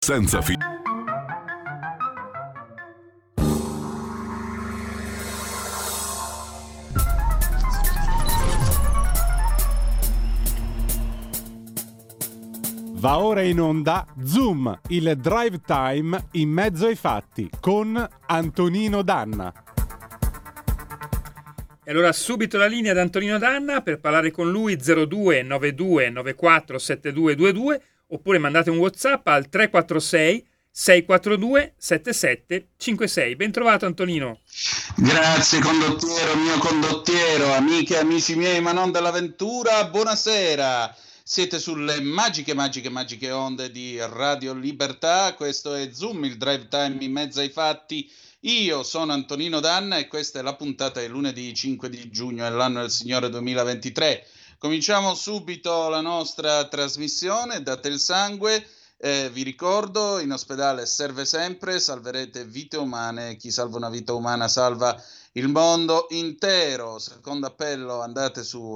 senza Va ora in onda Zoom, il drive time in mezzo ai fatti con Antonino Danna. E allora subito la linea ad Antonino Danna per parlare con lui 02 92 94 7222 oppure mandate un WhatsApp al 346 642 7756. Ben trovato Antonino. Grazie condottiero, mio condottiero, amiche e amici miei, ma non dell'avventura, buonasera. Siete sulle magiche onde di Radio Libertà. Questo è Zoom, il drive time in mezzo ai fatti. Io sono Antonino Danna e questa è la puntata del lunedì 5 di giugno dell'anno del Signore 2023. Cominciamo subito la nostra trasmissione, date il sangue. Vi ricordo, in ospedale serve sempre, salverete vite umane, chi salva una vita umana salva il mondo intero. Secondo appello, andate su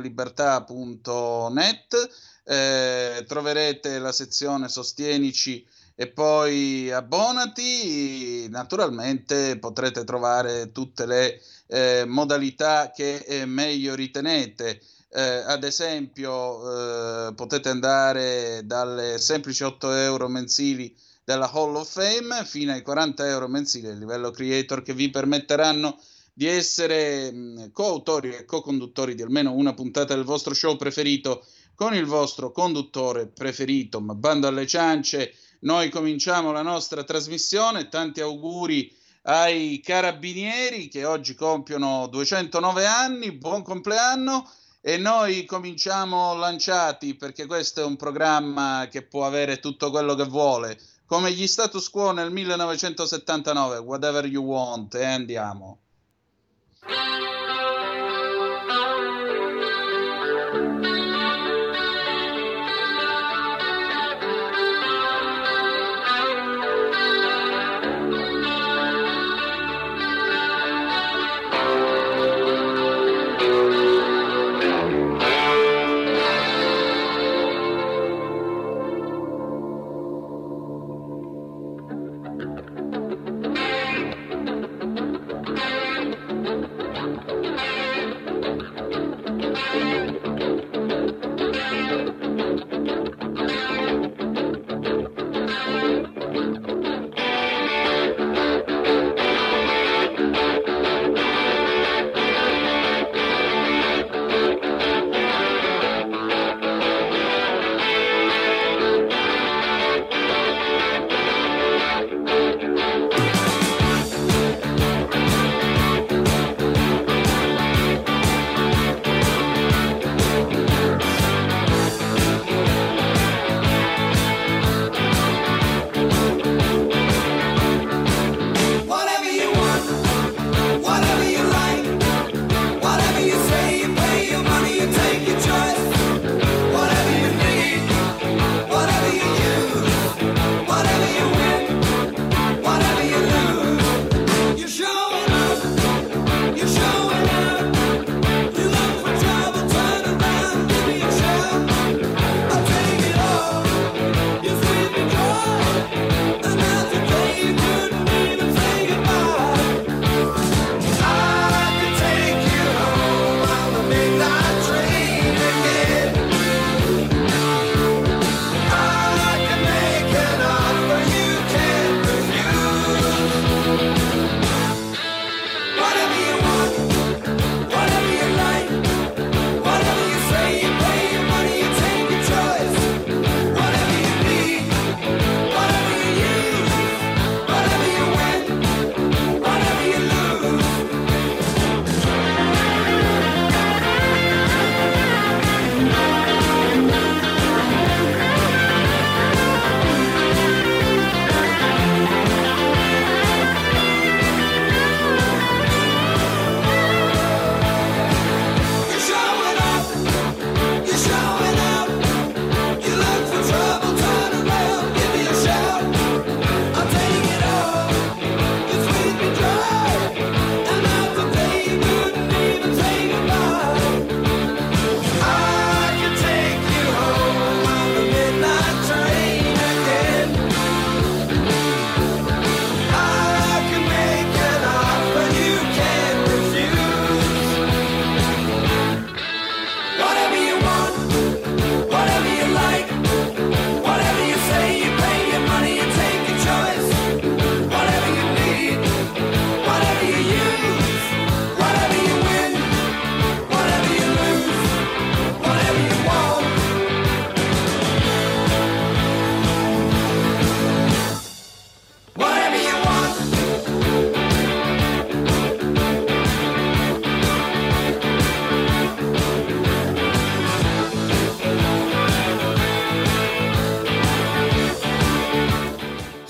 radiolibertà.net, troverete la sezione Sostienici e poi abbonati. Naturalmente potrete trovare tutte le modalità che meglio ritenete. Ad esempio potete andare dalle semplici 8 euro mensili della Hall of Fame fino ai 40 euro mensili a livello creator, che vi permetteranno di essere coautori e co-conduttori di almeno una puntata del vostro show preferito con il vostro conduttore preferito. Ma bando alle ciance, noi cominciamo la nostra trasmissione. Tanti auguri ai carabinieri che oggi compiono 209 anni, buon compleanno. E noi cominciamo lanciati, perché questo è un programma che può avere tutto quello che vuole, come gli status quo nel 1979, whatever you want, e andiamo.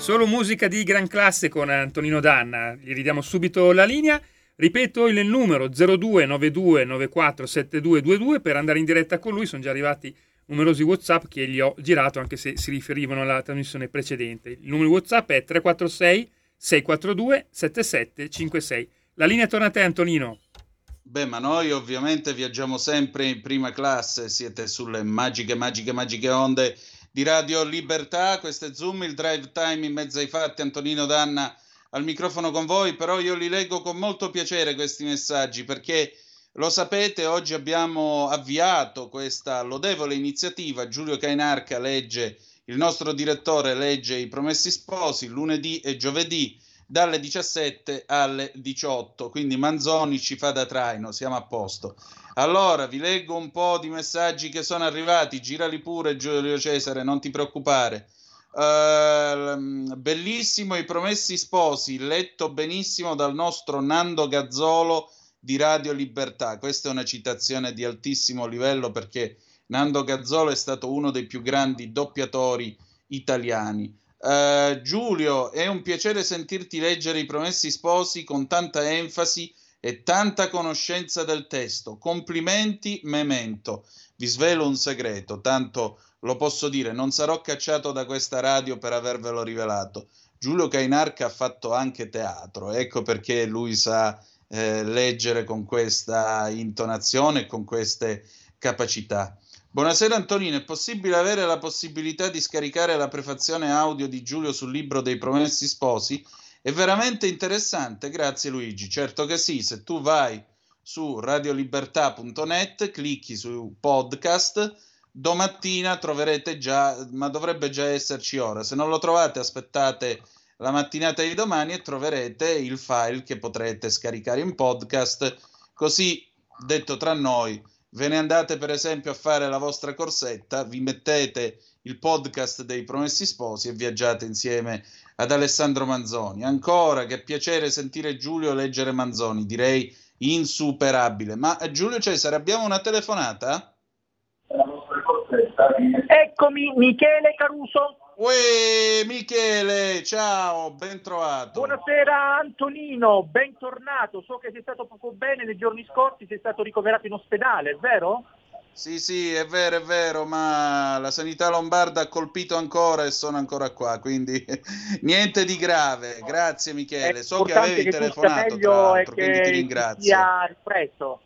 Solo musica di gran classe con Antonino Danna. Gli ridiamo subito la linea. Ripeto il numero 0292947222 per andare in diretta con lui. Sono già arrivati numerosi WhatsApp che gli ho girato, anche se si riferivano alla trasmissione precedente. Il numero WhatsApp è 346 642 7756. La linea torna a te, Antonino. Beh, ma noi ovviamente viaggiamo sempre in prima classe, siete sulle magiche onde di Radio Libertà. Questo è Zoom, il drive time in mezzo ai fatti. Antonino Danna al microfono con voi, però io li leggo con molto piacere questi messaggi, perché lo sapete, oggi abbiamo avviato questa lodevole iniziativa. Giulio Cainarca legge, il nostro direttore legge I Promessi Sposi lunedì e giovedì dalle 17 alle 18, quindi Manzoni ci fa da traino, siamo a posto. Allora, vi leggo un po' di messaggi che sono arrivati, girali pure Giulio Cesare, non ti preoccupare. Bellissimo I Promessi Sposi, letto benissimo dal nostro Nando Gazzolo di Radio Libertà. Questa è una citazione di altissimo livello, perché Nando Gazzolo è stato uno dei più grandi doppiatori italiani. Giulio, è un piacere sentirti leggere I Promessi Sposi con tanta enfasi e tanta conoscenza del testo. Complimenti, memento. Vi svelo un segreto, tanto lo posso dire, non sarò cacciato da questa radio per avervelo rivelato. Giulio Cainarca ha fatto anche teatro, ecco perché lui sa leggere con questa intonazione e con queste capacità. Buonasera Antonino, è possibile avere la possibilità di scaricare la prefazione audio di Giulio sul libro dei Promessi Sposi? È veramente interessante, grazie Luigi. Certo che sì, se tu vai su radiolibertà.net, clicchi su podcast, domattina troverete già, ma dovrebbe già esserci ora. Se non lo trovate, aspettate la mattinata di domani e troverete il file che potrete scaricare in podcast, così, detto tra noi, ve ne andate per esempio a fare la vostra corsetta, vi mettete il podcast dei Promessi Sposi e viaggiate insieme ad Alessandro Manzoni. Ancora, che piacere sentire Giulio leggere Manzoni, direi insuperabile. Ma Giulio Cesare, abbiamo una telefonata? Eccomi, Michele Caruso. Uè, Michele, ciao, ben trovato. Buonasera Antonino, bentornato. So che sei stato poco bene nei giorni scorsi, sei stato ricoverato in ospedale, è vero? Sì, è vero, ma la sanità lombarda ha colpito ancora e sono ancora qua, quindi niente di grave. Grazie Michele, so che avevi telefonato tra l'altro, quindi ti ringrazio. Sia ripreso,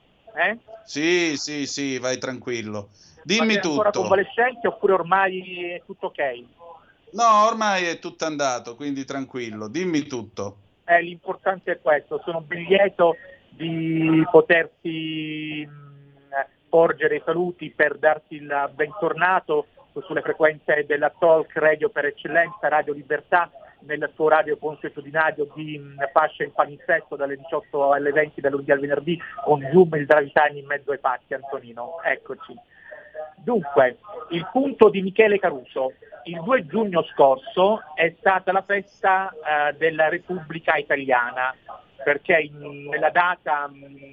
Sì, vai tranquillo. Dimmi tutto. Ancora tutto. Convalescente oppure ormai è tutto ok? No, ormai è tutto andato, quindi tranquillo. Dimmi tutto. L'importante è questo. Sono ben lieto di poterti porgere i saluti per darti il bentornato sulle frequenze della talk radio per eccellenza, Radio Libertà, nel suo radio consuetudinario di fascia in palinsesto dalle 18 alle 20 dal lunedì al venerdì, con Zoom, il drive time in mezzo ai fatti. Antonino, eccoci. Dunque, il punto di Michele Caruso. Il 2 giugno scorso è stata la festa della Repubblica Italiana, perché nella data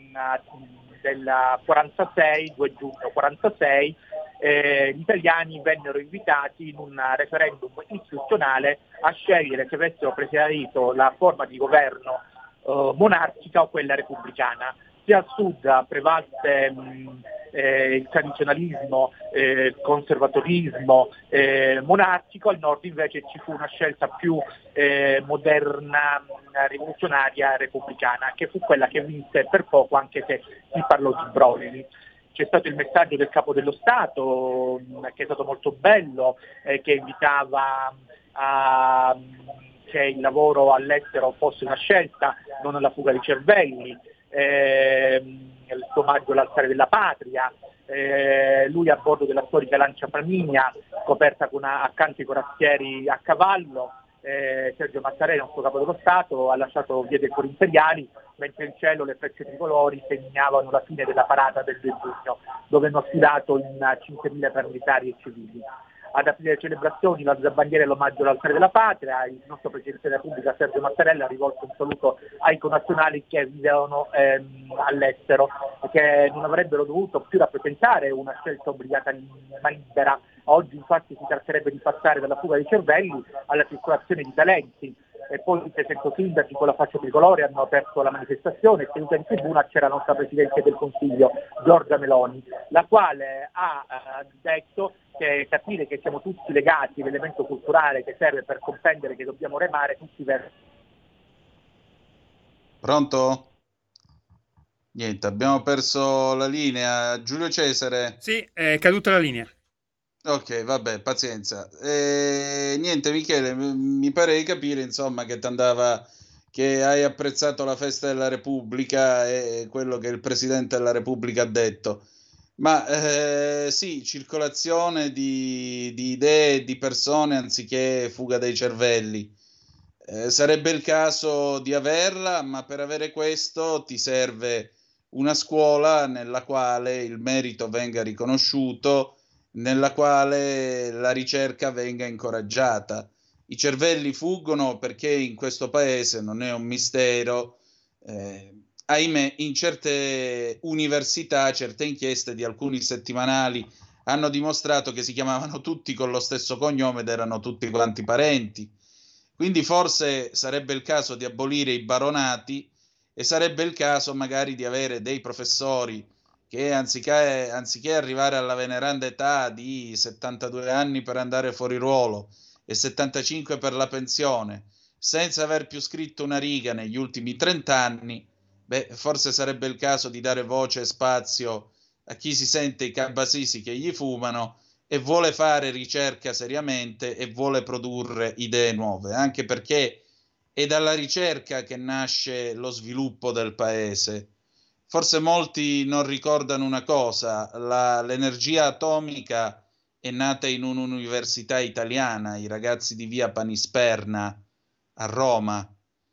del 46, 2 giugno 46, gli italiani vennero invitati in un referendum istituzionale a scegliere se avessero preferito la forma di governo monarchica o quella repubblicana. Sia al sud prevalse il tradizionalismo, il conservatorismo monarchico, al nord invece ci fu una scelta più moderna, rivoluzionaria, repubblicana, che fu quella che vinse per poco, anche se si parlò di brogli. C'è stato il messaggio del Capo dello Stato, che è stato molto bello, che invitava a che il lavoro all'estero fosse una scelta, non una fuga di cervelli. Il suo omaggio all'altare della patria, lui a bordo della storica Lancia Flaminia coperta con accanto i corazzieri a cavallo. Sergio Mattarella, il suo Capo dello Stato, ha lasciato via dei cori imperiali, mentre in cielo le frecce tricolori segnavano la fine della parata del 2 giugno, dove hanno affidato in 5.000 per militari e civili. Ad aprire le celebrazioni l'alzabandiera e l'omaggio all'altare della patria, il nostro Presidente della Repubblica Sergio Mattarella ha rivolto un saluto ai connazionali che vivevano all'estero e che non avrebbero dovuto più rappresentare una scelta obbligata ma libera Oggi infatti si tratterebbe di passare dalla fuga dei cervelli alla circolazione di talenti. E poi i 300 sindaci con la faccia tricolore hanno aperto la manifestazione e seduta in tribuna c'era la nostra Presidente del Consiglio, Giorgia Meloni, la quale ha detto che capire che siamo tutti legati all'elemento culturale che serve per comprendere che dobbiamo remare tutti verso... Pronto? Niente, abbiamo perso la linea. Giulio Cesare? Sì, è caduta la linea. Ok, vabbè, pazienza. Niente, Michele, mi pare di capire, insomma, che hai apprezzato la festa della Repubblica e quello che il Presidente della Repubblica ha detto. Ma sì, circolazione di idee e di persone anziché fuga dei cervelli. Sarebbe il caso di averla, ma per avere questo ti serve una scuola nella quale il merito venga riconosciuto, nella quale la ricerca venga incoraggiata. I cervelli fuggono perché in questo paese non è un mistero, ahimè, in certe università, certe inchieste di alcuni settimanali hanno dimostrato che si chiamavano tutti con lo stesso cognome ed erano tutti quanti parenti. Quindi forse sarebbe il caso di abolire i baronati e sarebbe il caso magari di avere dei professori che anziché arrivare alla veneranda età di 72 anni per andare fuori ruolo e 75 per la pensione, senza aver più scritto una riga negli ultimi 30 anni, beh, forse sarebbe il caso di dare voce e spazio a chi si sente i cabasisi che gli fumano e vuole fare ricerca seriamente e vuole produrre idee nuove, anche perché è dalla ricerca che nasce lo sviluppo del paese. Forse molti non ricordano una cosa, l'energia atomica è nata in un'università italiana, i ragazzi di via Panisperna a Roma.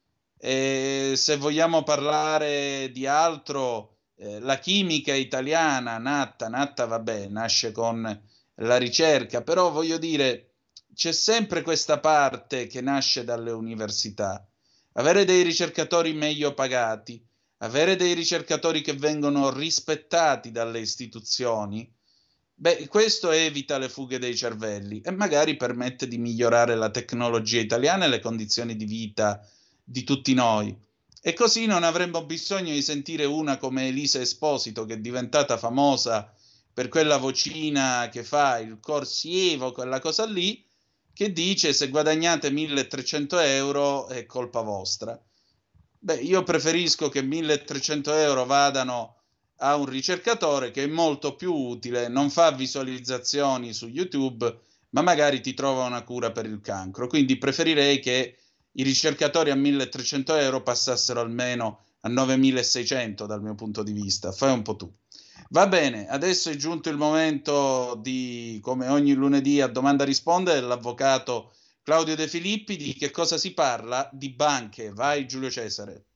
E se vogliamo parlare di altro, la chimica italiana, nata, vabbè, nasce con la ricerca, però voglio dire, c'è sempre questa parte che nasce dalle università. Avere dei ricercatori meglio pagati, avere dei ricercatori che vengono rispettati dalle istituzioni, beh, questo evita le fughe dei cervelli e magari permette di migliorare la tecnologia italiana e le condizioni di vita di tutti noi. E così non avremmo bisogno di sentire una come Elisa Esposito, che è diventata famosa per quella vocina che fa il corsivo, quella cosa lì, che dice se guadagnate 1300 euro è colpa vostra. Beh, io preferisco che 1300 euro vadano a un ricercatore che è molto più utile, non fa visualizzazioni su YouTube, ma magari ti trova una cura per il cancro. Quindi preferirei che i ricercatori a 1300 euro passassero almeno a 9600 dal mio punto di vista. Fai un po' tu. Va bene, adesso è giunto il momento di, come ogni lunedì, a domanda risponde dell'avvocato Claudio De Filippi. Di che cosa si parla? Di banche. Vai Giulio Cesare.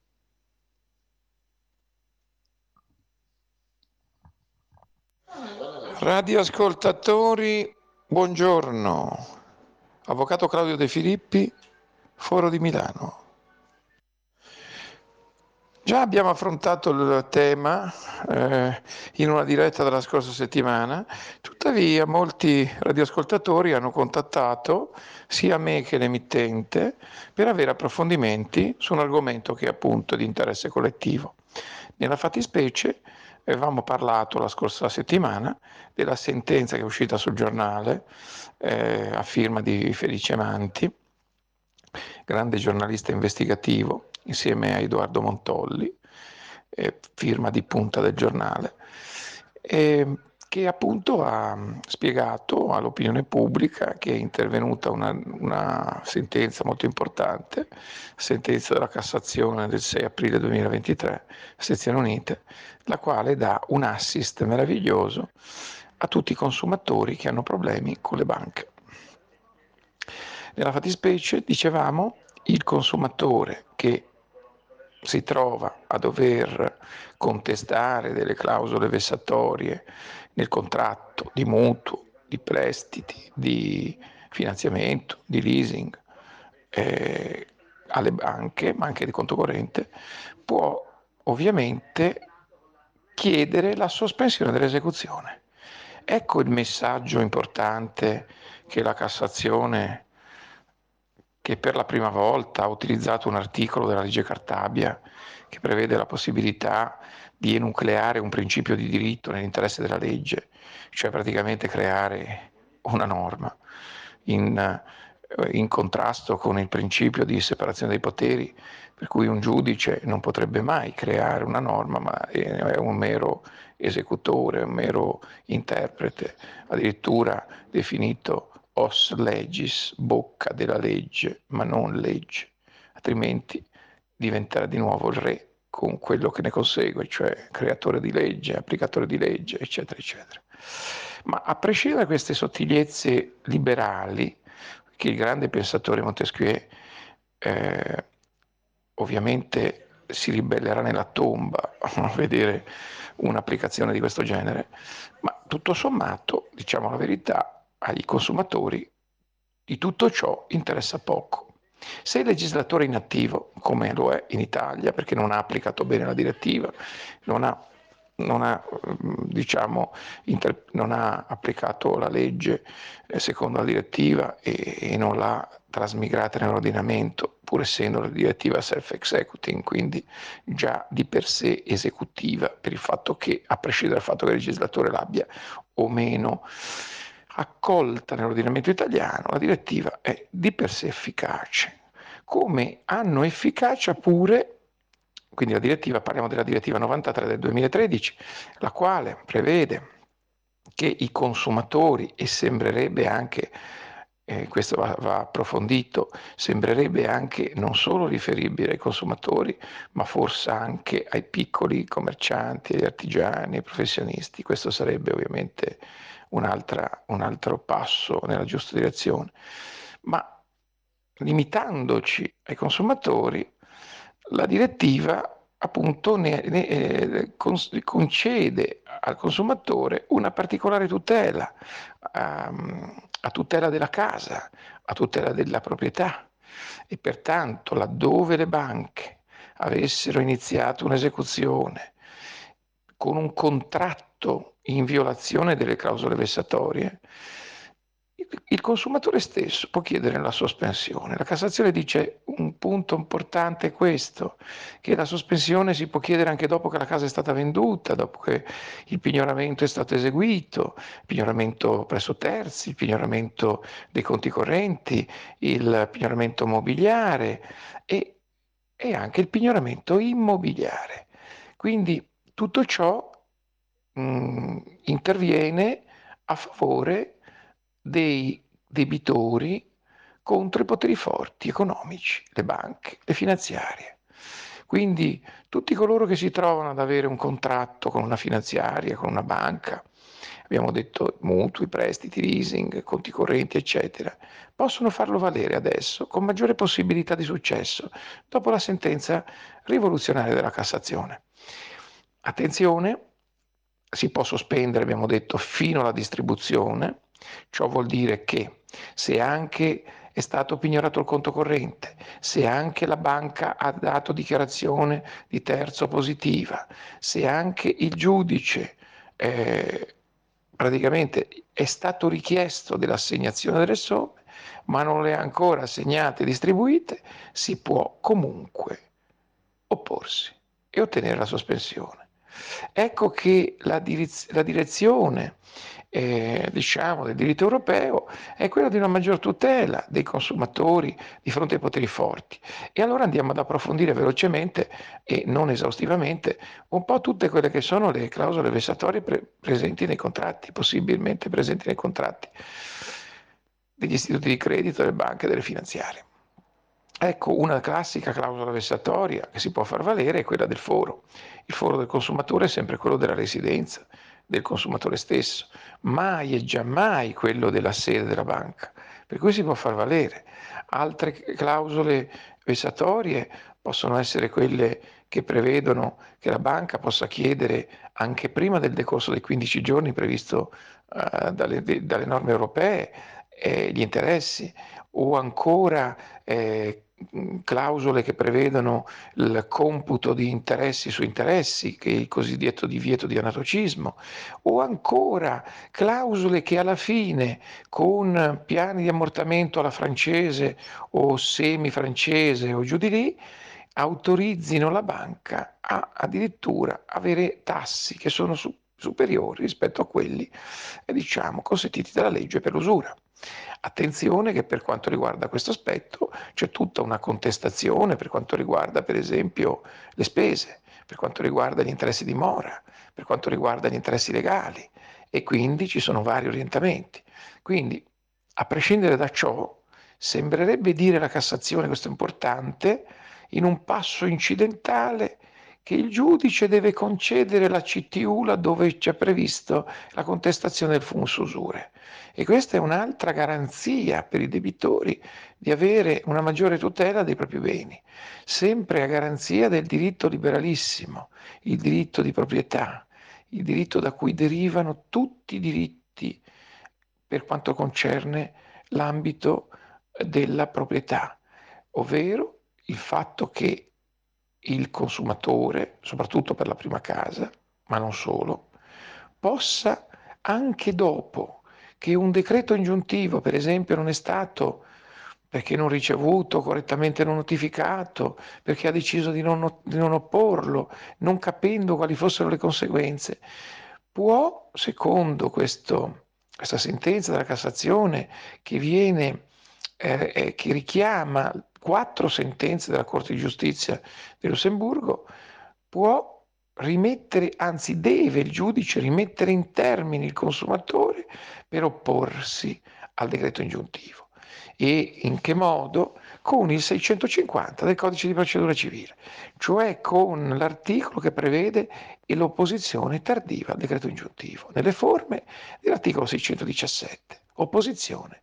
Radioascoltatori, buongiorno. Avvocato Claudio De Filippi, Foro di Milano. Già abbiamo affrontato il tema in una diretta della scorsa settimana, tuttavia molti radioascoltatori hanno contattato sia me che l'emittente per avere approfondimenti su un argomento che è appunto di interesse collettivo. Nella fattispecie avevamo parlato la scorsa settimana della sentenza che è uscita sul giornale a firma di Felice Manti, grande giornalista investigativo, insieme a Edoardo Montolli, firma di punta del giornale, che appunto ha spiegato all'opinione pubblica che è intervenuta una sentenza molto importante, sentenza della Cassazione del 6 aprile 2023, sezioni unite, la quale dà un assist meraviglioso a tutti i consumatori che hanno problemi con le banche. Nella fattispecie, dicevamo, il consumatore che si trova a dover contestare delle clausole vessatorie nel contratto di mutuo, di prestiti, di finanziamento, di leasing alle banche, ma anche di conto corrente, può ovviamente chiedere la sospensione dell'esecuzione. Ecco il messaggio importante che la Cassazione, che per la prima volta ha utilizzato un articolo della legge Cartabia che prevede la possibilità di enucleare un principio di diritto nell'interesse della legge, cioè praticamente creare una norma in contrasto con il principio di separazione dei poteri, per cui un giudice non potrebbe mai creare una norma, ma è un mero esecutore, un mero interprete, addirittura definito os legis, bocca della legge, ma non legge, altrimenti diventerà di nuovo il re con quello che ne consegue, cioè creatore di legge, applicatore di legge, eccetera, eccetera. Ma a prescindere da queste sottigliezze liberali, che il grande pensatore Montesquieu ovviamente si ribellerà nella tomba a vedere un'applicazione di questo genere, ma tutto sommato, diciamo la verità, ai consumatori di tutto ciò interessa poco. Se il legislatore è inattivo, come lo è in Italia, perché non ha applicato bene la direttiva, non ha applicato la legge secondo la direttiva e non l'ha trasmigrata nell'ordinamento, pur essendo la direttiva self-executing, quindi già di per sé esecutiva, per il fatto che, a prescindere dal fatto che il legislatore l'abbia o meno accolta nell'ordinamento italiano, la direttiva è di per sé efficace, come hanno efficacia pure, quindi la direttiva, parliamo della direttiva 93 del 2013, la quale prevede che i consumatori, e sembrerebbe anche, questo va approfondito, sembrerebbe anche non solo riferibile ai consumatori, ma forse anche ai piccoli commercianti, agli artigiani, ai professionisti. Questo sarebbe ovviamente un altro passo nella giusta direzione. Ma limitandoci ai consumatori, la direttiva appunto concede al consumatore una particolare tutela, a tutela della casa, a tutela della proprietà, e pertanto laddove le banche avessero iniziato un'esecuzione con un contratto in violazione delle clausole vessatorie, il consumatore stesso può chiedere la sospensione. La Cassazione dice un punto importante è questo, che la sospensione si può chiedere anche dopo che la casa è stata venduta, dopo che il pignoramento è stato eseguito, il pignoramento presso terzi, il pignoramento dei conti correnti, il pignoramento mobiliare e anche il pignoramento immobiliare. Quindi tutto ciò interviene a favore dei debitori contro i poteri forti economici, le banche, le finanziarie. Quindi tutti coloro che si trovano ad avere un contratto con una finanziaria, con una banca, abbiamo detto mutui, prestiti, leasing, conti correnti, eccetera, possono farlo valere adesso con maggiore possibilità di successo dopo la sentenza rivoluzionaria della Cassazione. Attenzione, si può sospendere, abbiamo detto, fino alla distribuzione. Ciò vuol dire che se anche è stato pignorato il conto corrente, se anche la banca ha dato dichiarazione di terzo positiva, se anche il giudice praticamente è stato richiesto dell'assegnazione delle somme, ma non le ha ancora assegnate e distribuite, si può comunque opporsi e ottenere la sospensione. Ecco che la direzione diciamo, del diritto europeo è quella di una maggior tutela dei consumatori di fronte ai poteri forti. E allora andiamo ad approfondire velocemente e non esaustivamente un po' tutte quelle che sono le clausole vessatorie presenti nei contratti, possibilmente presenti nei contratti degli istituti di credito, delle banche e delle finanziarie. Ecco, una classica clausola vessatoria che si può far valere è quella del foro. Il foro del consumatore è sempre quello della residenza del consumatore stesso, mai e giammai quello della sede della banca, per cui si può far valere. Altre clausole vessatorie possono essere quelle che prevedono che la banca possa chiedere anche prima del decorso dei 15 giorni previsto dalle norme europee gli interessi, o ancora clausole che prevedono il computo di interessi su interessi, che è il cosiddetto divieto di anatocismo, o ancora clausole che alla fine, con piani di ammortamento alla francese o semi-francese o giù di lì, autorizzino la banca a addirittura avere tassi che sono superiori rispetto a quelli, diciamo, consentiti dalla legge per l'usura. Attenzione che per quanto riguarda questo aspetto c'è tutta una contestazione per quanto riguarda per esempio le spese, per quanto riguarda gli interessi di mora, per quanto riguarda gli interessi legali, e quindi ci sono vari orientamenti. Quindi, a prescindere da ciò, sembrerebbe dire la Cassazione, questo è importante, in un passo incidentale, che il giudice deve concedere la CTU laddove c'è previsto la contestazione del fumus usure. E questa è un'altra garanzia per i debitori di avere una maggiore tutela dei propri beni, sempre a garanzia del diritto liberalissimo, il diritto di proprietà, il diritto da cui derivano tutti i diritti per quanto concerne l'ambito della proprietà, ovvero il fatto che il consumatore, soprattutto per la prima casa, ma non solo, possa anche dopo che un decreto ingiuntivo, per esempio, non è stato perché non ricevuto, correttamente non notificato, perché ha deciso di non opporlo, non capendo quali fossero le conseguenze, può, secondo questa sentenza della Cassazione che che richiama 4 sentenze della Corte di Giustizia di Lussemburgo, può rimettere, anzi deve il giudice rimettere in termini il consumatore per opporsi al decreto ingiuntivo. E in che modo? Con il 650 del Codice di Procedura Civile, cioè con l'articolo che prevede l'opposizione tardiva al decreto ingiuntivo, nelle forme dell'articolo 617, opposizione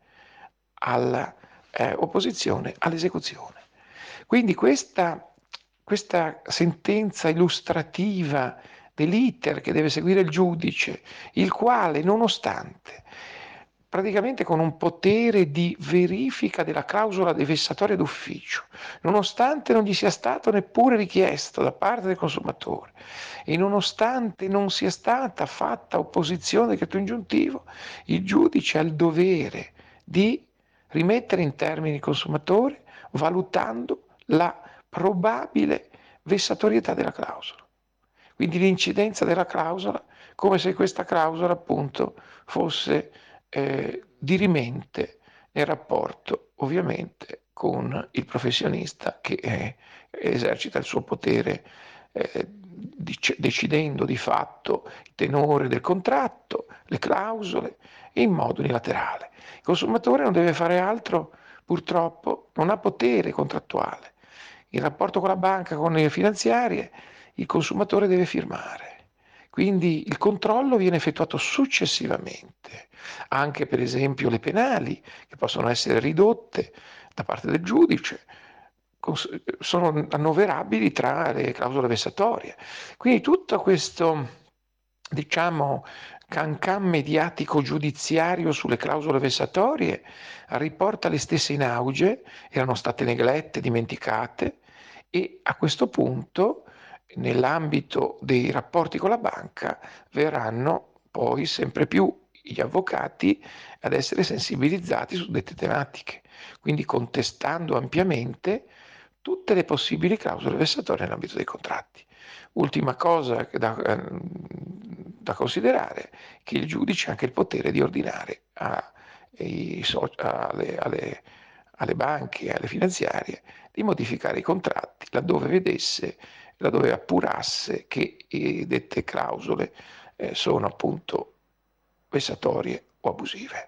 all'esecuzione. Quindi questa sentenza illustrativa dell'iter che deve seguire il giudice, il quale, nonostante praticamente con un potere di verifica della clausola di vessatoria d'ufficio, nonostante non gli sia stato neppure richiesto da parte del consumatore e nonostante non sia stata fatta opposizione al decreto ingiuntivo, il giudice ha il dovere di rimettere in termini il consumatore valutando la probabile vessatorietà della clausola. Quindi l'incidenza della clausola, come se questa clausola appunto fosse dirimente nel rapporto ovviamente con il professionista che esercita il suo potere decidendo di fatto il tenore del contratto, le clausole, in modo unilaterale. Il consumatore non deve fare altro, purtroppo, non ha potere contrattuale. In rapporto con la banca, con le finanziarie, il consumatore deve firmare. Quindi il controllo viene effettuato successivamente, anche per esempio le penali, che possono essere ridotte da parte del giudice, sono annoverabili tra le clausole vessatorie. Quindi tutto questo, diciamo, cancan mediatico giudiziario sulle clausole vessatorie riporta le stesse in auge, erano state neglette, dimenticate, e a questo punto nell'ambito dei rapporti con la banca verranno poi sempre più gli avvocati ad essere sensibilizzati su dette tematiche, quindi contestando ampiamente tutte le possibili clausole vessatorie nell'ambito dei contratti. Ultima cosa da considerare, che il giudice ha anche il potere di ordinare alle banche e alle finanziarie di modificare i contratti laddove appurasse che dette clausole sono appunto vessatorie o abusive.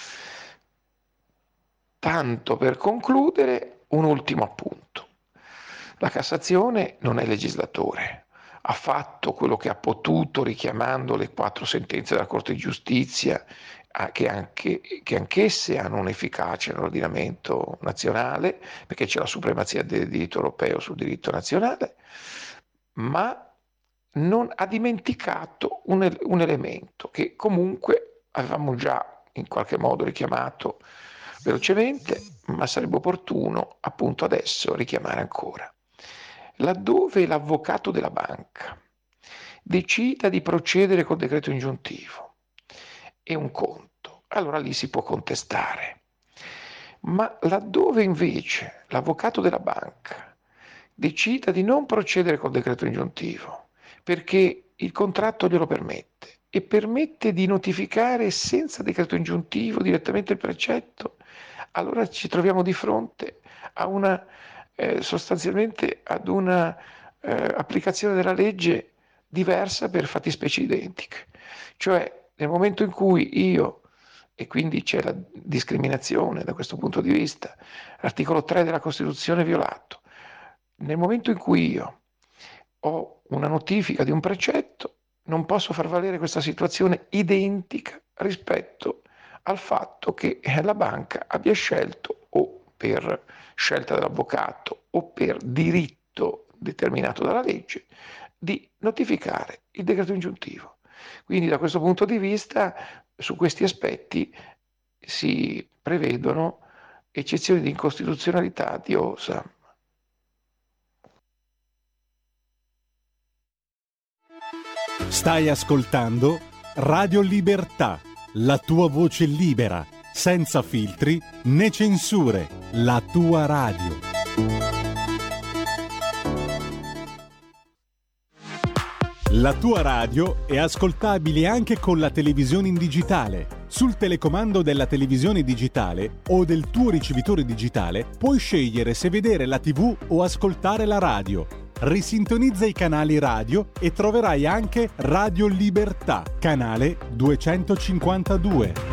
Tanto per concludere, un ultimo appunto. La Cassazione non è legislatore, ha fatto quello che ha potuto richiamando le 4 sentenze della Corte di Giustizia che anch'esse hanno un'efficacia nell'ordinamento nazionale, perché c'è la supremazia del diritto europeo sul diritto nazionale, ma non ha dimenticato un elemento che comunque avevamo già in qualche modo richiamato velocemente, ma sarebbe opportuno appunto adesso richiamare ancora. Laddove l'avvocato della banca decida di procedere col decreto ingiuntivo è un conto, allora lì si può contestare. Ma laddove invece l'avvocato della banca decida di non procedere col decreto ingiuntivo perché il contratto glielo permette e permette di notificare senza decreto ingiuntivo direttamente il precetto, allora ci troviamo di fronte a una sostanzialmente ad una applicazione della legge diversa per fattispecie identiche. Cioè nel momento in cui io, e quindi c'è la discriminazione da questo punto di vista, l'articolo 3 della Costituzione è violato, nel momento in cui io ho una notifica di un precetto non posso far valere questa situazione identica rispetto al fatto che la banca abbia scelto, o per scelta dell'avvocato o per diritto determinato dalla legge, di notificare il decreto ingiuntivo. Quindi da questo punto di vista su questi aspetti si prevedono eccezioni di incostituzionalità di OSAM. Stai ascoltando Radio Libertà, la tua voce libera, senza filtri né censure, la tua radio. La tua radio è ascoltabile anche con la televisione in digitale. Sul telecomando della televisione digitale o del tuo ricevitore digitale puoi scegliere se vedere la TV o ascoltare la radio. Risintonizza i canali radio e troverai anche Radio Libertà, canale 252.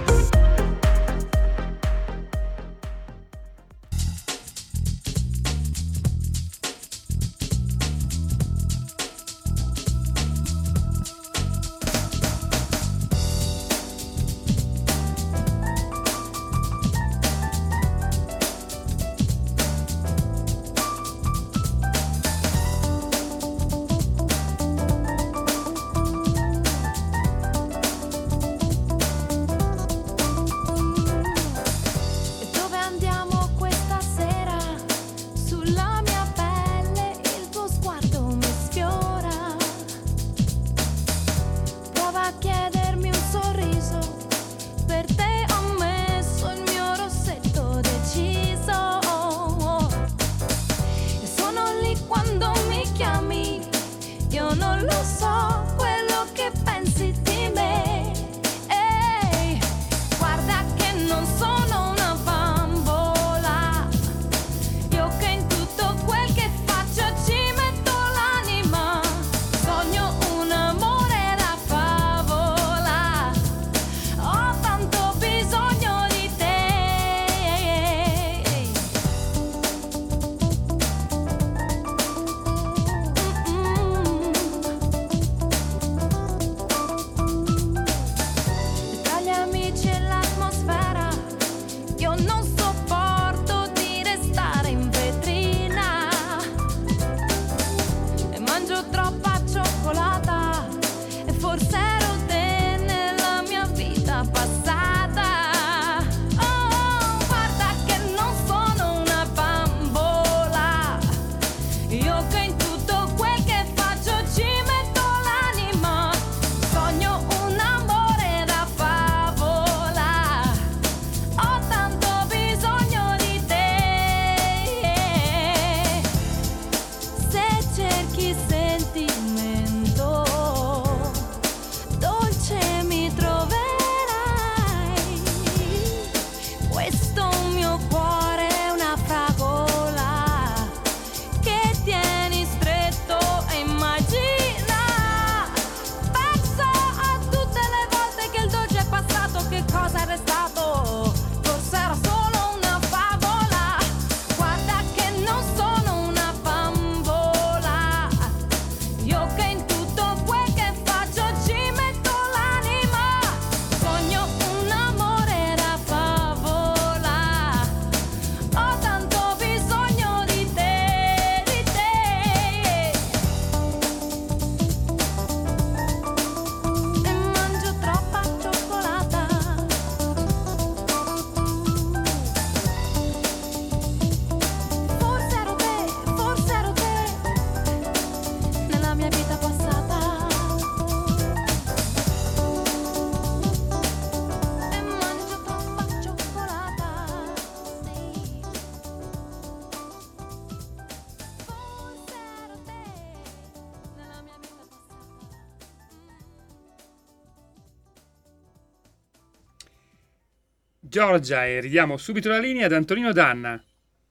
Giorgia e ridiamo subito la linea ad Antonino Danna.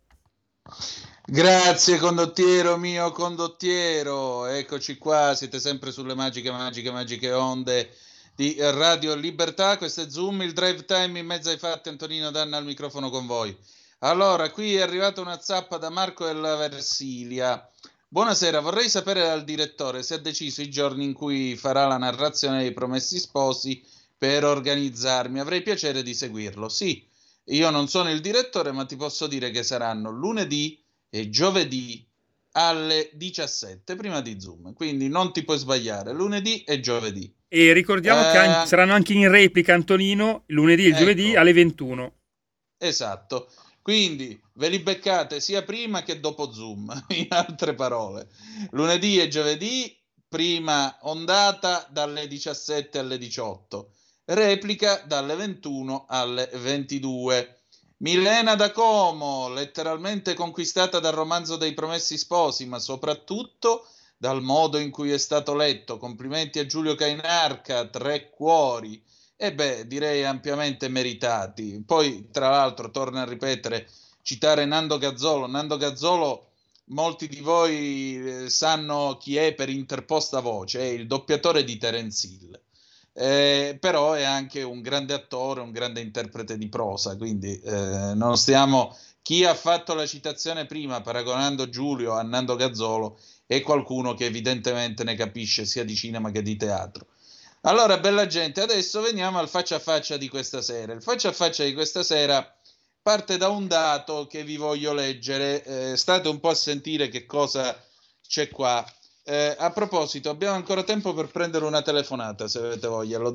Grazie condottiero mio condottiero, eccoci qua, siete sempre sulle magiche onde di Radio Libertà. Questo è Zoom, il drive time in mezzo ai fatti. Antonino Danna al microfono con voi. Allora, qui è arrivata una zappa da Marco della Versilia. Buonasera, vorrei sapere dal direttore se ha deciso i giorni in cui farà la narrazione dei Promessi Sposi per organizzarmi. Avrei piacere di seguirlo. Sì, io non sono il direttore, ma ti posso dire che saranno lunedì e giovedì alle 17 prima di Zoom, quindi non ti puoi sbagliare, lunedì e giovedì. E ricordiamo che saranno anche in replica, Antonino, lunedì e il giovedì alle 21. Esatto, quindi ve li beccate sia prima che dopo Zoom, in altre parole. Lunedì e giovedì, prima ondata dalle 17 alle 18, replica dalle 21 alle 22. Milena da Como, letteralmente conquistata dal romanzo dei Promessi Sposi, ma soprattutto dal modo in cui è stato letto. Complimenti a Giulio Cainarca, 3 cuori, e beh, direi ampiamente meritati. Poi, tra l'altro, torno a ripetere, citare Nando Gazzolo. Nando Gazzolo, molti di voi sanno chi è per interposta voce, è il doppiatore di Terence Hill. Però è anche un grande attore, un grande interprete di prosa, quindi non stiamo... Chi ha fatto la citazione prima paragonando Giulio a Nando Gazzolo è qualcuno che evidentemente ne capisce sia di cinema che di teatro. Allora, bella gente, adesso veniamo al faccia a faccia di questa sera. Il faccia a faccia di questa sera parte da un dato che vi voglio leggere, state un po' a sentire che cosa c'è qua. A proposito, abbiamo ancora tempo per prendere una telefonata se avete voglia, allo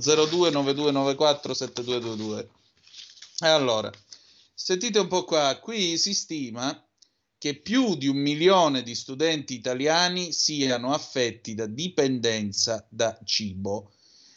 0292947222. Allora, sentite un po' qua, qui si stima che più di 1 milione di studenti italiani siano affetti da dipendenza da cibo.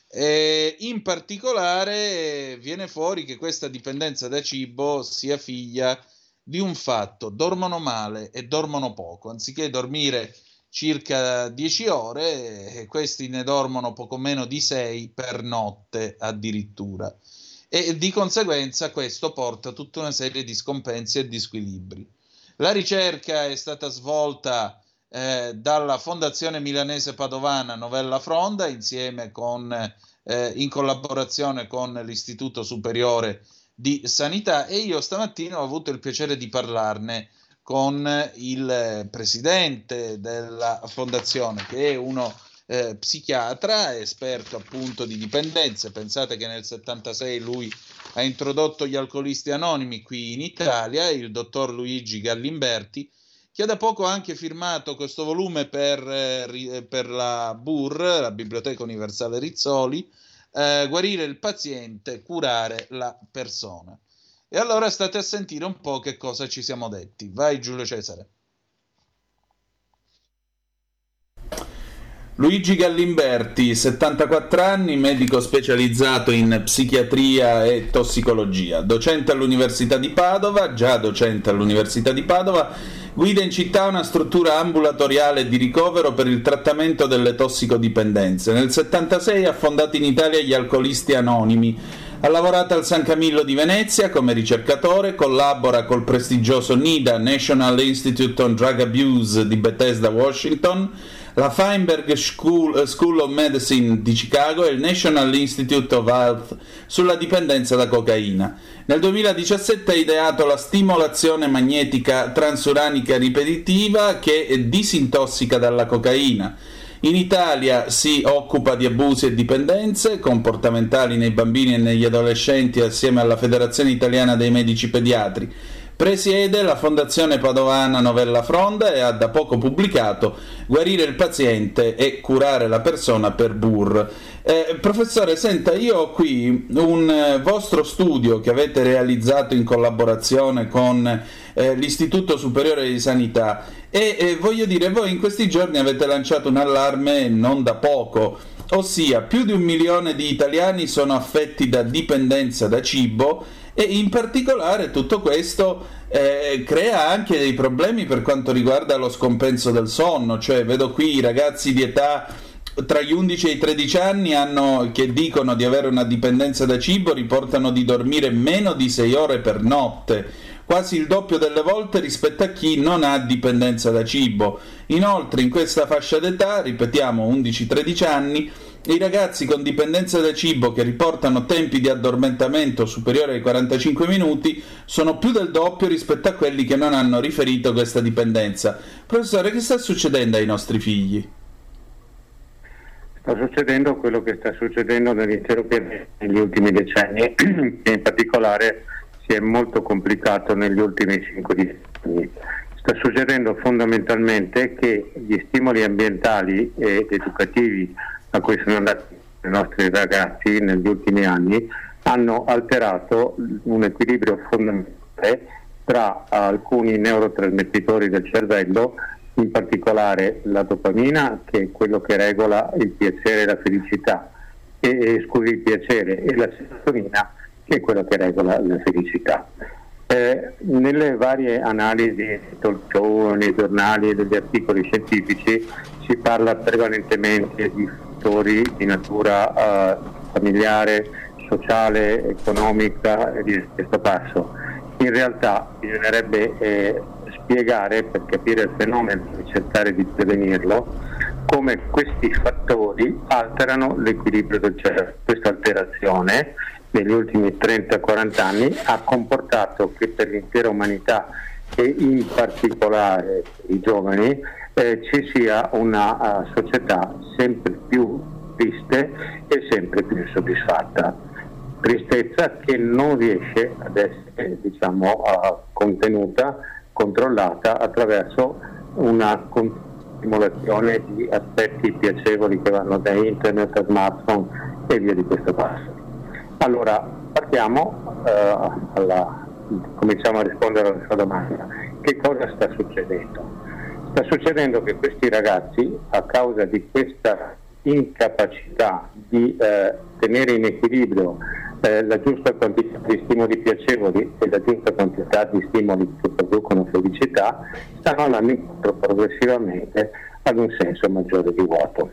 In particolare viene fuori che questa dipendenza da cibo sia figlia di un fatto: dormono male e dormono poco, anziché dormire circa 10 ore, e questi ne dormono poco meno di 6 per notte addirittura, e di conseguenza questo porta a tutta una serie di scompensi e di squilibri. La ricerca è stata svolta dalla Fondazione Milanese Padovana Novella Fronda insieme in collaborazione con l'Istituto Superiore di Sanità, e io stamattina ho avuto il piacere di parlarne con il presidente della fondazione, che è uno psichiatra, esperto appunto di dipendenze. Pensate che nel 76 lui ha introdotto gli alcolisti anonimi qui in Italia, il dottor Luigi Gallimberti, che ha da poco anche firmato questo volume per la BUR, la Biblioteca Universale Rizzoli, Guarire il paziente, curare la persona. E allora state a sentire un po' che cosa ci siamo detti. Vai Giulio Cesare. Luigi Gallimberti, 74 anni, medico specializzato in psichiatria e tossicologia, docente all'Università di Padova, già docente all'Università di Padova, guida in città una struttura ambulatoriale di ricovero per il trattamento delle tossicodipendenze. Nel 76 ha fondato in Italia gli Alcolisti Anonimi. Ha lavorato al San Camillo di Venezia come ricercatore, collabora col prestigioso NIDA, National Institute on Drug Abuse di Bethesda, Washington, la Feinberg School of Medicine di Chicago e il National Institute of Health sulla dipendenza da cocaina. Nel 2017 ha ideato la stimolazione magnetica transuranica ripetitiva che disintossica dalla cocaina. In Italia si occupa di abusi e dipendenze comportamentali nei bambini e negli adolescenti assieme alla Federazione Italiana dei Medici Pediatri. Presiede la Fondazione Padovana Novella Fronda e ha da poco pubblicato Guarire il paziente e curare la persona per BUR. Professore, senta, io ho qui un vostro studio che avete realizzato in collaborazione con l'Istituto Superiore di Sanità e voglio dire, voi in questi giorni avete lanciato un allarme non da poco, ossia più di 1 milione di italiani sono affetti da dipendenza da cibo e in particolare tutto questo crea anche dei problemi per quanto riguarda lo scompenso del sonno, cioè vedo qui i ragazzi di età tra gli 11 e i 13 anni che dicono di avere una dipendenza da cibo riportano di dormire meno di 6 ore per notte, quasi il doppio delle volte rispetto a chi non ha dipendenza da cibo. Inoltre in questa fascia d'età, ripetiamo 11-13 anni, i ragazzi con dipendenza da cibo che riportano tempi di addormentamento superiori ai 45 minuti sono più del doppio rispetto a quelli che non hanno riferito questa dipendenza. Professore, che sta succedendo ai nostri figli? Sta succedendo quello che sta succedendo nell'intero pianeta negli ultimi decenni e in particolare si è molto complicato negli ultimi 5-10 anni. Sta succedendo fondamentalmente che gli stimoli ambientali ed educativi a cui sono andati i nostri ragazzi negli ultimi anni hanno alterato un equilibrio fondamentale tra alcuni neurotrasmettitori del cervello, in particolare la dopamina, che è quello che regola il piacere e la felicità, e il piacere, e la serotonina, che è quello che regola la felicità. Nelle varie analisi, talk show, nei giornali e negli articoli scientifici si parla prevalentemente di fattori di natura familiare, sociale, economica e di questo passo. In realtà bisognerebbe spiegare, per capire il fenomeno e cercare di prevenirlo, come questi fattori alterano l'equilibrio del cervello. Questa alterazione negli ultimi 30-40 anni ha comportato che per l'intera umanità e in particolare per i giovani ci sia una società sempre più triste e sempre più insoddisfatta. Tristezza che non riesce ad essere contenuta, controllata attraverso una stimolazione di aspetti piacevoli che vanno da internet a smartphone e via di questo passo. Allora partiamo, cominciamo a rispondere alla sua domanda. Che cosa sta succedendo? Sta succedendo che questi ragazzi, a causa di questa incapacità di tenere in equilibrio la giusta quantità di stimoli piacevoli e la giusta quantità di stimoli che producono felicità, stanno andando incontro progressivamente ad un senso maggiore di vuoto.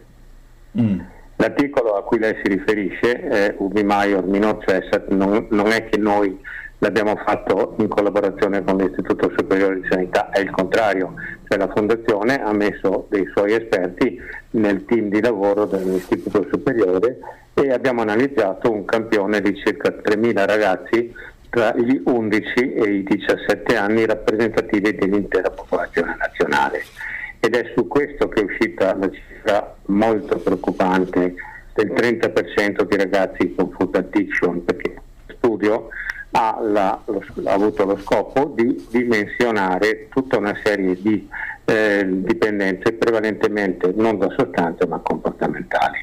L'articolo a cui lei si riferisce, Ubi Maior Minor Cessat, non è che noi l'abbiamo fatto in collaborazione con l'Istituto Superiore di Sanità, è il contrario, cioè la Fondazione ha messo dei suoi esperti nel team di lavoro dell'Istituto Superiore e abbiamo analizzato un campione di circa 3.000 ragazzi tra gli 11 e i 17 anni rappresentativi dell'intera popolazione nazionale. Ed è su questo che è uscita la cifra molto preoccupante del 30% di ragazzi con food addiction, perché lo studio ha avuto lo scopo di dimensionare tutta una serie di dipendenze prevalentemente non da sostanze ma comportamentali.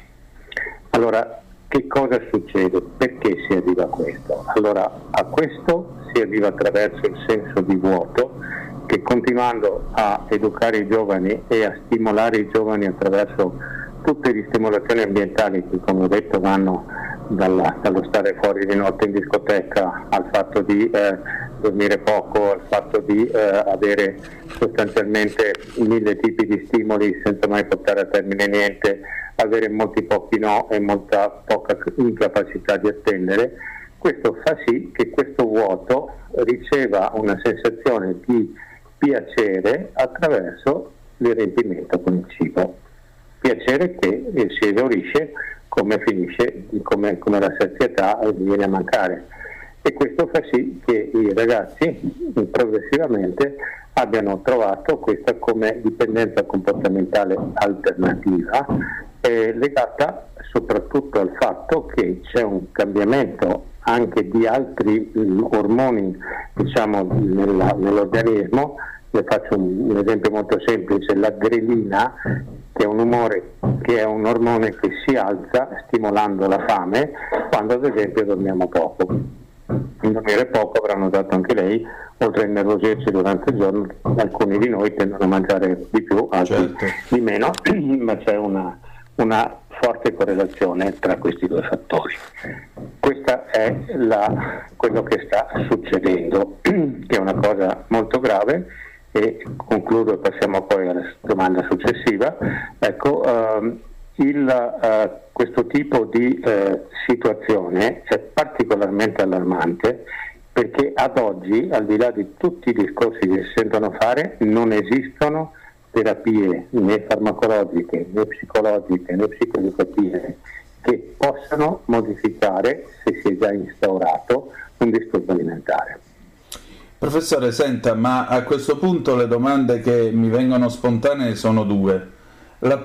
Allora, che cosa succede? Perché si arriva a questo? Allora, a questo si arriva attraverso il senso di vuoto, che continuando a educare i giovani e a stimolare i giovani attraverso tutte le stimolazioni ambientali che, come ho detto, vanno dallo stare fuori di notte in discoteca al fatto di dormire poco, al fatto di avere sostanzialmente 1000 tipi di stimoli senza mai portare a termine niente, avere molti pochi no e molta poca incapacità di attendere. Questo fa sì che questo vuoto riceva una sensazione di piacere attraverso il riempimento con il cibo. Piacere che si esaurisce come finisce, come la sazietà viene a mancare. E questo fa sì che i ragazzi progressivamente abbiano trovato questa come dipendenza comportamentale alternativa, legata soprattutto al fatto che c'è un cambiamento anche di altri ormoni, nell'organismo. Le faccio un esempio molto semplice: la grelina, che è un ormone che si alza stimolando la fame quando ad esempio dormiamo poco. Dormire poco, avrà notato anche lei, oltre a innervosirci durante il giorno, alcuni di noi tendono a mangiare di più, altri di meno, ma c'è una forte correlazione tra questi due fattori. Questa è quello che sta succedendo, che è una cosa molto grave. E concludo e passiamo poi alla domanda successiva. questo tipo di situazione è particolarmente allarmante, perché ad oggi, al di là di tutti i discorsi che si sentono fare, non esistono terapie né farmacologiche, né psicologiche, né psicoeducative che possano modificare, se si è già instaurato, un disturbo alimentare. Professore, senta, ma a questo punto le domande che mi vengono spontanee sono due. La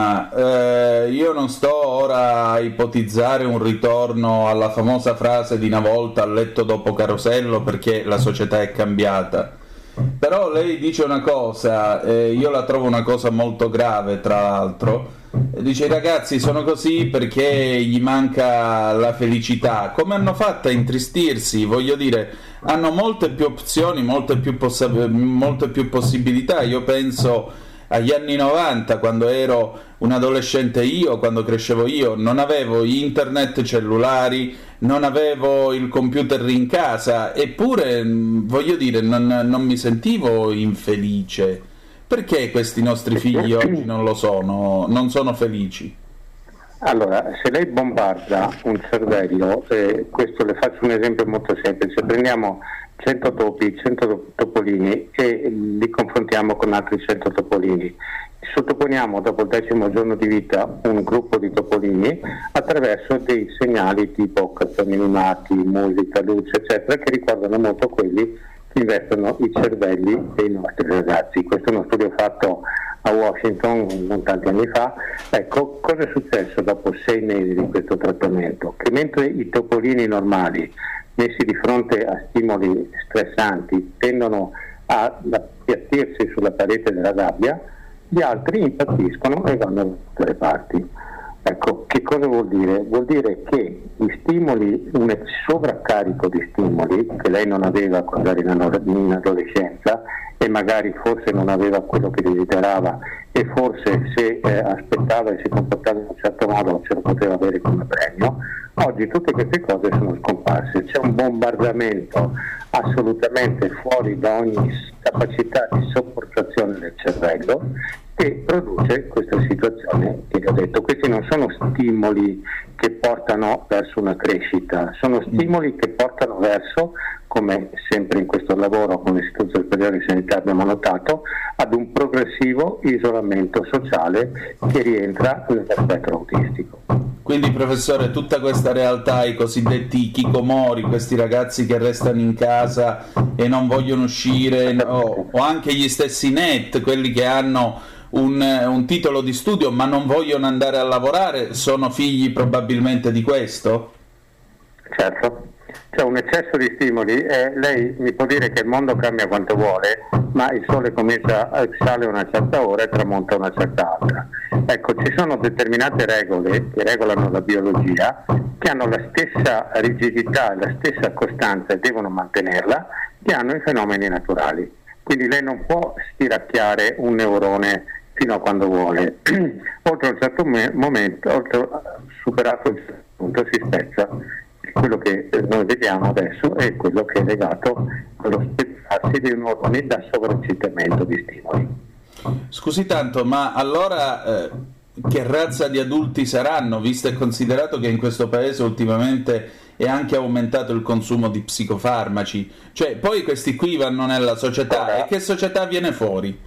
prima, io non sto ora a ipotizzare un ritorno alla famosa frase di una volta a letto dopo Carosello, perché la società è cambiata. Però lei dice una cosa, io la trovo una cosa molto grave, tra l'altro. Dice: i ragazzi sono così perché gli manca la felicità. Come hanno fatto a intristirsi? Voglio dire, hanno molte più opzioni, molte più possibilità. Io penso agli anni 90, quando ero un adolescente io, quando crescevo io, non avevo internet, cellulari, non avevo il computer in casa, eppure, voglio dire, non mi sentivo infelice. Perché questi nostri figli oggi non sono felici? Allora, se lei bombarda un cervello, questo le faccio un esempio molto semplice, prendiamo 100 topi, 100 topolini e li confrontiamo con altri 100 topolini. Sottoponiamo dopo il 10° giorno di vita un gruppo di topolini attraverso dei segnali tipo cartoni animati, musica, luce, eccetera, che ricordano molto quelli che investono i cervelli dei nostri ragazzi. Questo è uno studio fatto a Washington non tanti anni fa. Ecco, cosa è successo dopo 6 mesi di questo trattamento? Che mentre i topolini normali, messi di fronte a stimoli stressanti, tendono a appiattirsi sulla parete della gabbia, gli altri impazziscono e vanno da tutte le parti. Ecco, che cosa vuol dire? Vuol dire che gli stimoli, un sovraccarico di stimoli che lei non aveva quando era in adolescenza, e magari forse non aveva quello che desiderava, e forse se aspettava e si comportava in un certo modo ce lo poteva avere come premio. Oggi tutte queste cose sono scomparse, c'è un bombardamento assolutamente fuori da ogni capacità di sopportazione del cervello, che produce questa situazione che vi ho detto. Questi non sono stimoli che portano verso una crescita, sono stimoli che portano verso, come sempre in questo lavoro con l'Istituto Superiore di Sanità abbiamo notato, ad un progressivo isolamento sociale che rientra nello spettro autistico. Quindi, professore, tutta questa realtà, i cosiddetti hikikomori, questi ragazzi che restano in casa e non vogliono uscire, o anche gli stessi NEET, quelli che hanno un titolo di studio ma non vogliono andare a lavorare, sono figli probabilmente di questo? Certo, c'è un eccesso di stimoli. Lei mi può dire che il mondo cambia quanto vuole, ma il sole sale a una certa ora e tramonta a una certa altra. Ecco, ci sono determinate regole che regolano la biologia, che hanno la stessa rigidità e la stessa costanza e devono mantenerla, che hanno i fenomeni naturali. Quindi lei non può stiracchiare un neurone fino a quando vuole. Oltre un certo momento, superato il certo punto, si spezza. Quello che noi vediamo adesso è quello che è legato allo spezzarsi dei neuroni da sovraccitamento di stimoli. Scusi tanto, ma allora che razza di adulti saranno, visto e considerato che in questo paese ultimamente è anche aumentato il consumo di psicofarmaci? Cioè, poi questi qui vanno nella società, e che società viene fuori?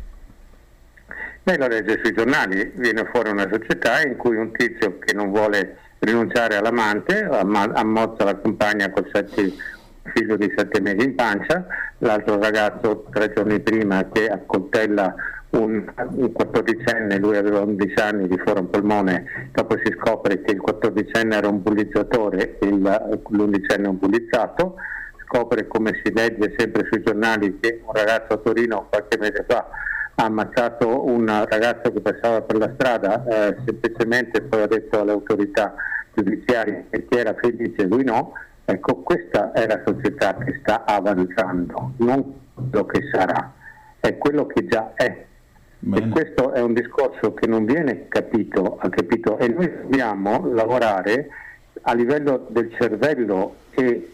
Lei lo legge sui giornali, viene fuori una società in cui un tizio che non vuole rinunciare all'amante ammazza la compagna col figlio di 7 mesi in pancia, l'altro ragazzo 3 giorni prima che accoltella un 14enne, lui aveva 11 anni, di fuori un polmone, dopo si scopre che il 14enne era un bullizzatore e l'11enne un bullizzato, scopre, come si legge sempre sui giornali, che un ragazzo a Torino qualche mese fa ha ammazzato un ragazzo che passava per la strada, semplicemente poi ha detto alle autorità giudiziarie che era felice e lui no. Ecco, questa è la società che sta avanzando, non quello che sarà, è quello che già è. Bene. E questo è un discorso che non viene capito, e noi dobbiamo lavorare a livello del cervello e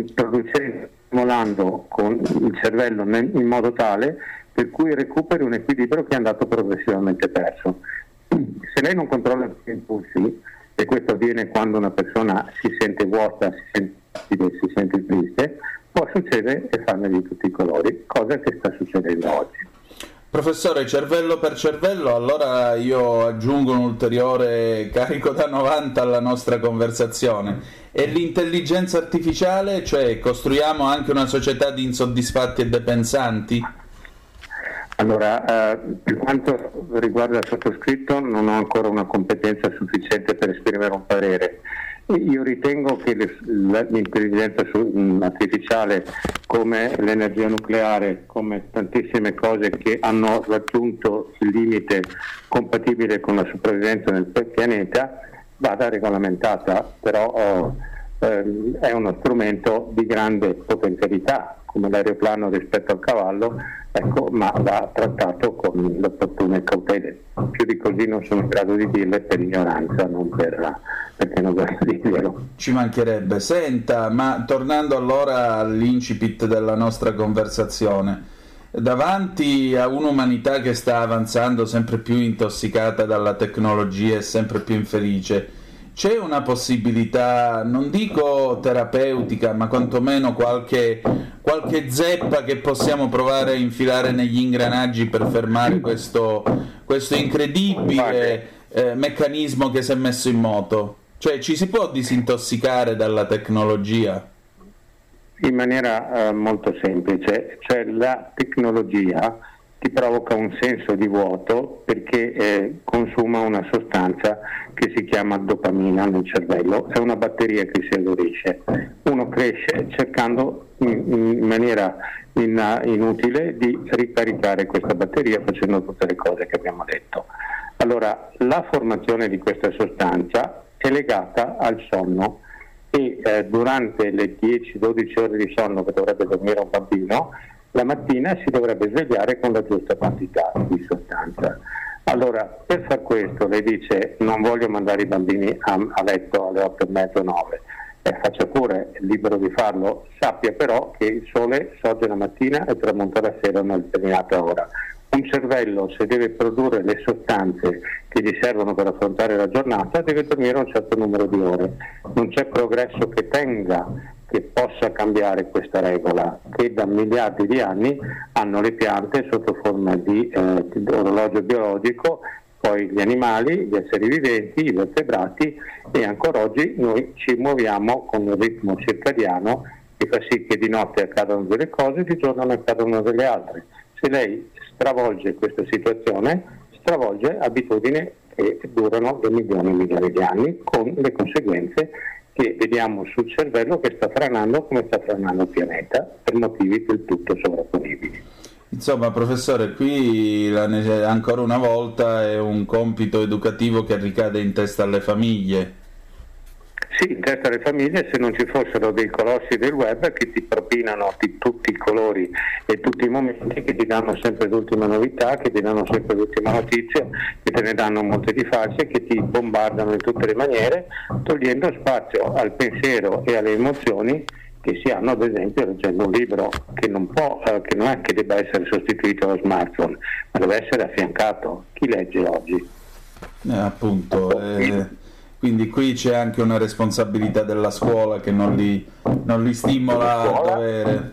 stimolando con il cervello in modo tale per cui recuperi un equilibrio che è andato progressivamente perso. Se lei non controlla i impulsi, e questo avviene quando una persona si sente vuota, si sente triste, può succedere e farne di tutti i colori, cosa che sta succedendo oggi. Professore, cervello per cervello, allora io aggiungo un ulteriore carico da 90 alla nostra conversazione. E l'intelligenza artificiale, cioè costruiamo anche una società di insoddisfatti e depensanti? Allora, per quanto riguarda il sottoscritto, non ho ancora una competenza sufficiente per esprimere un parere. Io ritengo che l'intelligenza artificiale, come l'energia nucleare, come tantissime cose che hanno raggiunto il limite compatibile con la sopravvivenza nel pianeta, vada regolamentata, però è uno strumento di grande potenzialità, come l'aeroplano rispetto al cavallo, ecco, ma va trattato con le opportune cautele. Più di così non sono in grado di dirle per ignoranza, non perché non voglio dirglielo. Ci mancherebbe. Senta, ma tornando allora all'incipit della nostra conversazione, davanti a un'umanità che sta avanzando sempre più intossicata dalla tecnologia e sempre più infelice, c'è una possibilità, non dico terapeutica, ma quantomeno qualche zeppa che possiamo provare a infilare negli ingranaggi per fermare questo incredibile meccanismo che si è messo in moto? Cioè, ci si può disintossicare dalla tecnologia? In maniera molto semplice, cioè la tecnologia ti provoca un senso di vuoto perché consuma una sostanza che si chiama dopamina nel cervello, è una batteria che si esaurisce. Uno cresce cercando in maniera inutile di ricaricare questa batteria facendo tutte le cose che abbiamo detto. Allora, la formazione di questa sostanza è legata al sonno e durante le 10-12 ore di sonno che dovrebbe dormire un bambino, la mattina si dovrebbe svegliare con la giusta quantità di sostanza. Allora, per far questo lei dice non voglio mandare i bambini a letto alle 8:30, 9, faccia pure, è libero di farlo, sappia però che il sole sorge la mattina e tramonta la sera a una determinata ora. Un cervello, se deve produrre le sostanze che gli servono per affrontare la giornata, deve dormire un certo numero di ore. Non c'è progresso che possa cambiare questa regola, che da miliardi di anni hanno le piante sotto forma di orologio biologico, poi gli animali, gli esseri viventi, i vertebrati, e ancora oggi noi ci muoviamo con un ritmo circadiano che fa sì che di notte accadano delle cose e di giorno ne accadono delle altre. Se lei stravolge questa situazione, stravolge abitudini che durano da milioni e milioni di anni, con le conseguenze che vediamo sul cervello che sta franando come sta franando il pianeta per motivi del tutto sovrapponibili. Insomma, professore, qui ancora una volta è un compito educativo che ricade in testa alle famiglie. Sì, in testa alle famiglie, se non ci fossero dei colossi del web che ti propinano tutti i colori e tutti i momenti, che ti danno sempre l'ultima novità, che ti danno sempre l'ultima notizia, che te ne danno molte di false, che ti bombardano in tutte le maniere, togliendo spazio al pensiero e alle emozioni che si hanno, ad esempio, leggendo un libro che non è che debba essere sostituito dallo smartphone, ma deve essere affiancato. Chi legge oggi? Appunto. Quindi qui c'è anche una responsabilità della scuola che non li stimola a dovere.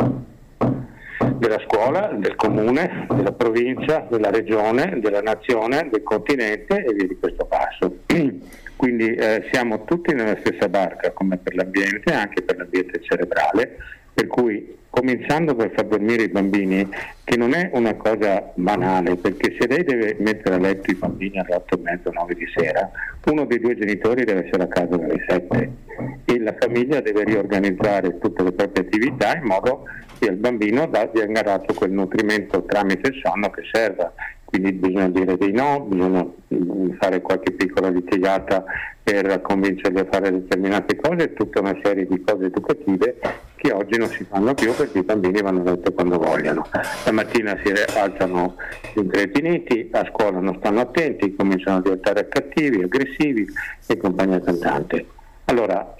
Della scuola, del comune, della provincia, della regione, della nazione, del continente e via di questo passo. Quindi siamo tutti nella stessa barca, come per l'ambiente, anche per l'ambiente cerebrale, per cui cominciando per far dormire i bambini, che non è una cosa banale, perché se lei deve mettere a letto i bambini alle 8:30, 9 di sera, uno dei due genitori deve essere a casa dalle 7 e la famiglia deve riorganizzare tutte le proprie attività in modo che al bambino venga dato quel nutrimento tramite il sonno che serva. Quindi bisogna dire dei no, bisogna fare qualche piccola litigata per convincerli a fare determinate cose, tutta una serie di cose educative che oggi non si fanno più perché i bambini vanno a letto quando vogliono. La mattina si alzano intretiniti, a scuola non stanno attenti, cominciano a diventare cattivi, aggressivi e compagnia cantante. Allora,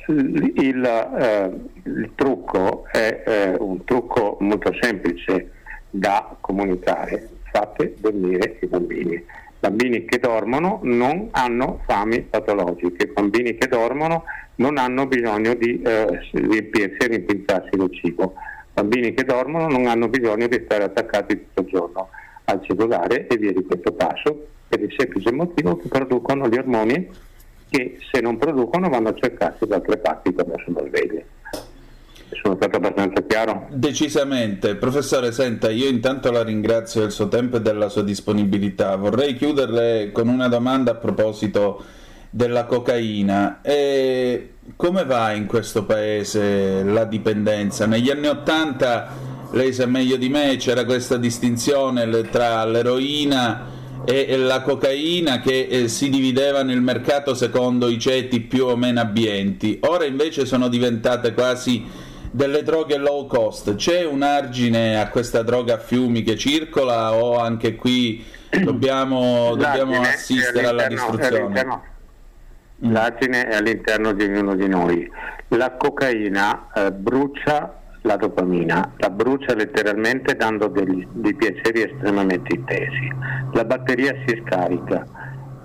il trucco è un trucco molto semplice da comunicare. Fate dormire i bambini. Bambini che dormono non hanno fami patologiche, bambini che dormono non hanno bisogno di riempirsi e rimpinzarsi del cibo, bambini che dormono non hanno bisogno di stare attaccati tutto il giorno al cellulare e via di questo passo, per il semplice motivo che producono gli ormoni che se non producono vanno a cercarsi da altre parti quando sono svegli. Sono stato abbastanza chiaro? Decisamente. Professore, senta, io intanto la ringrazio del suo tempo e della sua disponibilità. Vorrei chiuderle con una domanda a proposito della cocaina. Come va in questo paese la dipendenza? Negli anni '80, lei sa meglio di me, c'era questa distinzione tra l'eroina e la cocaina che si divideva nel mercato secondo i ceti più o meno abbienti. Ora invece sono diventate quasi delle droghe low cost. C'è un argine a questa droga a fiumi che circola o anche qui dobbiamo assistere alla distruzione? L'argine è all'interno di ognuno di noi. La cocaina brucia la dopamina, la brucia letteralmente dando dei piaceri estremamente intensi. La batteria si scarica.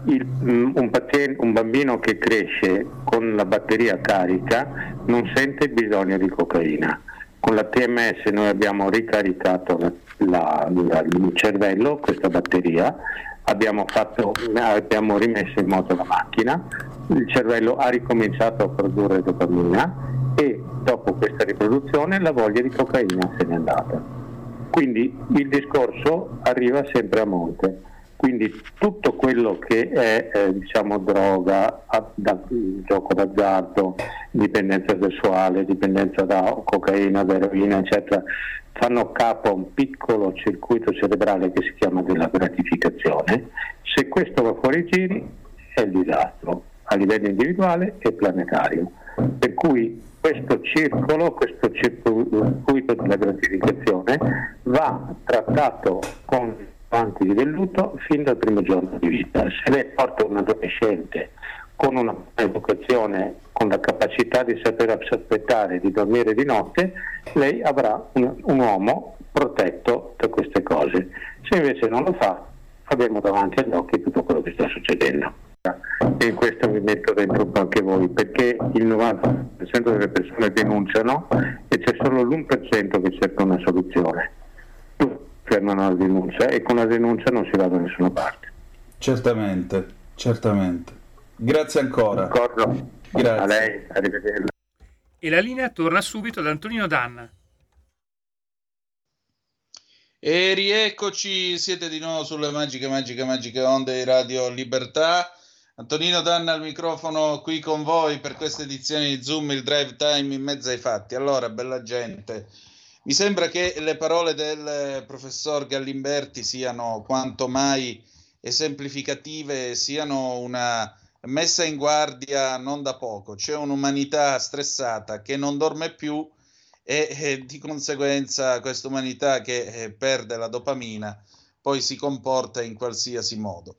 Un bambino che cresce con la batteria carica non sente il bisogno di cocaina. Con la TMS noi abbiamo ricaricato il cervello, questa batteria, abbiamo rimesso in moto la macchina, il cervello ha ricominciato a produrre dopamina e dopo questa riproduzione la voglia di cocaina se n'è andata. Quindi il discorso arriva sempre a monte. Quindi tutto quello che è droga, gioco d'azzardo, dipendenza sessuale, dipendenza da cocaina, da eroina, eccetera, fanno capo a un piccolo circuito cerebrale che si chiama della gratificazione. Se questo va fuori giri è il disastro a livello individuale e planetario. Per cui questo circuito della gratificazione va trattato con avanti del lutto fin dal primo giorno di vita. Se lei porta un adolescente con una educazione, con la capacità di saper aspettare, di dormire di notte, lei avrà un uomo protetto da queste cose. Se invece non lo fa, avremo davanti agli occhi tutto quello che sta succedendo. E in questo mi metto dentro anche voi, perché il 90% delle persone denunciano e c'è solo l'1% che cerca una soluzione. Fermano la denuncia e con la denuncia non si va da nessuna parte. Certamente. Grazie ancora. D'accordo. Grazie. A lei, arrivederla. E la linea torna subito ad Antonino Danna. E rieccoci, siete di nuovo sulle magiche onde di Radio Libertà. Antonino Danna al microfono qui con voi per questa edizione di Zoom, il drive time in mezzo ai fatti. Allora, bella gente, mi sembra che le parole del professor Gallimberti siano quanto mai esemplificative, siano una messa in guardia non da poco. C'è un'umanità stressata che non dorme più e di conseguenza questa umanità che perde la dopamina poi si comporta in qualsiasi modo.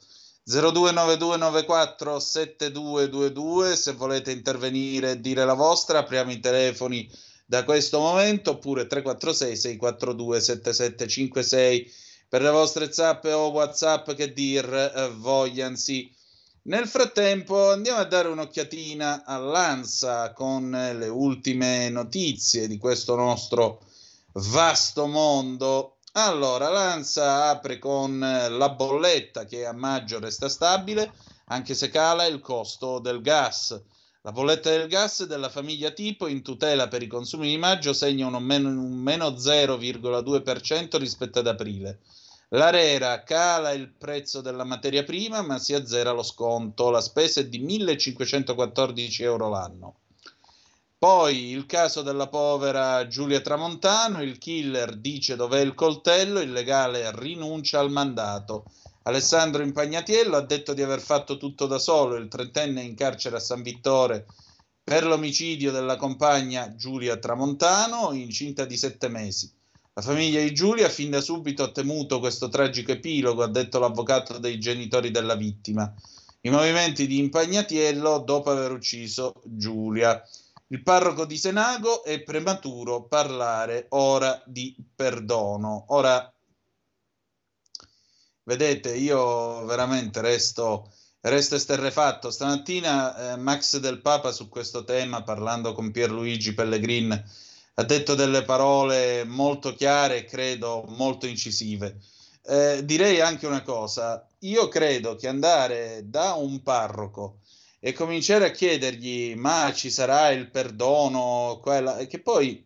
0292947222, se volete intervenire e dire la vostra, apriamo i telefoni da questo momento, oppure 346 642 7756 per le vostre zappe o WhatsApp che dir vogliansi. Nel frattempo andiamo a dare un'occhiatina all'ANSA con le ultime notizie di questo nostro vasto mondo. Allora, l'ANSA apre con la bolletta che a maggio resta stabile, anche se cala il costo del gas. La bolletta del gas della famiglia tipo in tutela per i consumi di maggio segna un meno 0,2% rispetto ad aprile. L'ARERA cala il prezzo della materia prima ma si azzera lo sconto. La spesa è di 1.514 euro l'anno. Poi il caso della povera Giulia Tramontano, il killer dice dov'è il coltello, il legale rinuncia al mandato. Alessandro Impagnatiello ha detto di aver fatto tutto da solo, il trentenne in carcere a San Vittore per l'omicidio della compagna Giulia Tramontano, incinta di 7 mesi. La famiglia di Giulia fin da subito ha temuto questo tragico epilogo, ha detto l'avvocato dei genitori della vittima. I movimenti di Impagnatiello dopo aver ucciso Giulia. Il parroco di Senago: è prematuro parlare ora di perdono. Ora vedete, io veramente resto esterrefatto. Stamattina Max del Papa su questo tema, parlando con Pierluigi Pellegrin, ha detto delle parole molto chiare e credo molto incisive. Direi anche una cosa: io credo che andare da un parroco e cominciare a chiedergli ma ci sarà il perdono, che poi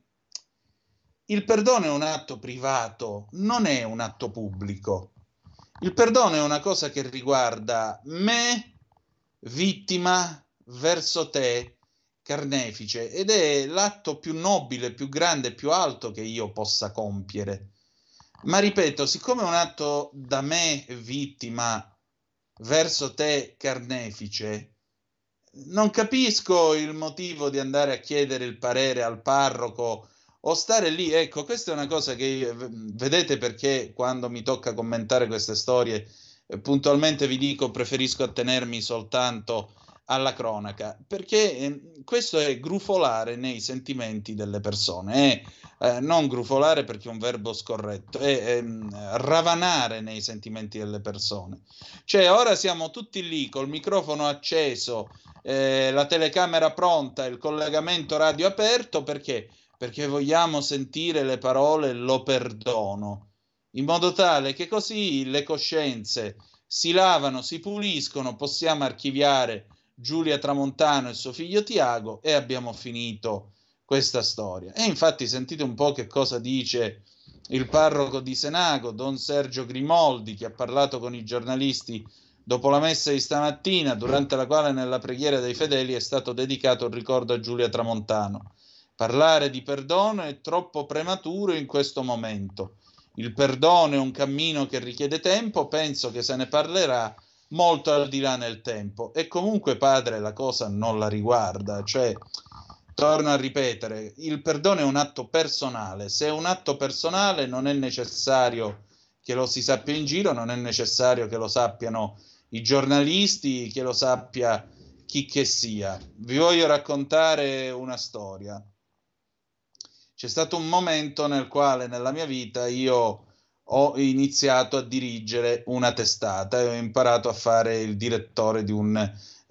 il perdono è un atto privato, non è un atto pubblico. Il perdono è una cosa che riguarda me, vittima, verso te, carnefice, ed è l'atto più nobile, più grande, più alto che io possa compiere. Ma ripeto, siccome è un atto da me, vittima, verso te, carnefice, non capisco il motivo di andare a chiedere il parere al parroco o stare lì. Ecco, questa è una cosa che vedete, perché quando mi tocca commentare queste storie, puntualmente vi dico, preferisco attenermi soltanto alla cronaca, perché questo è grufolare nei sentimenti delle persone, non grufolare perché è un verbo scorretto, è ravanare nei sentimenti delle persone. Cioè, ora siamo tutti lì col microfono acceso, la telecamera pronta, il collegamento radio aperto, perché vogliamo sentire le parole "lo perdono", in modo tale che così le coscienze si lavano, si puliscono, possiamo archiviare Giulia Tramontano e suo figlio Tiago e abbiamo finito questa storia. E infatti sentite un po' che cosa dice il parroco di Senago, Don Sergio Grimoldi, che ha parlato con i giornalisti dopo la messa di stamattina, durante la quale nella preghiera dei fedeli è stato dedicato il ricordo a Giulia Tramontano. Parlare di perdono è troppo prematuro in questo momento. Il perdono è un cammino che richiede tempo, penso che se ne parlerà molto al di là nel tempo. E comunque, padre, la cosa non la riguarda, cioè, torno a ripetere, il perdono è un atto personale. Se è un atto personale non è necessario che lo si sappia in giro, non è necessario che lo sappiano i giornalisti, che lo sappia chi che sia. Vi voglio raccontare una storia. C'è stato un momento nel quale nella mia vita io ho iniziato a dirigere una testata e ho imparato a fare il direttore di un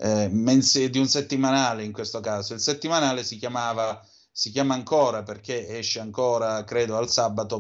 settimanale. In questo caso il settimanale si chiama ancora, perché esce ancora credo al sabato,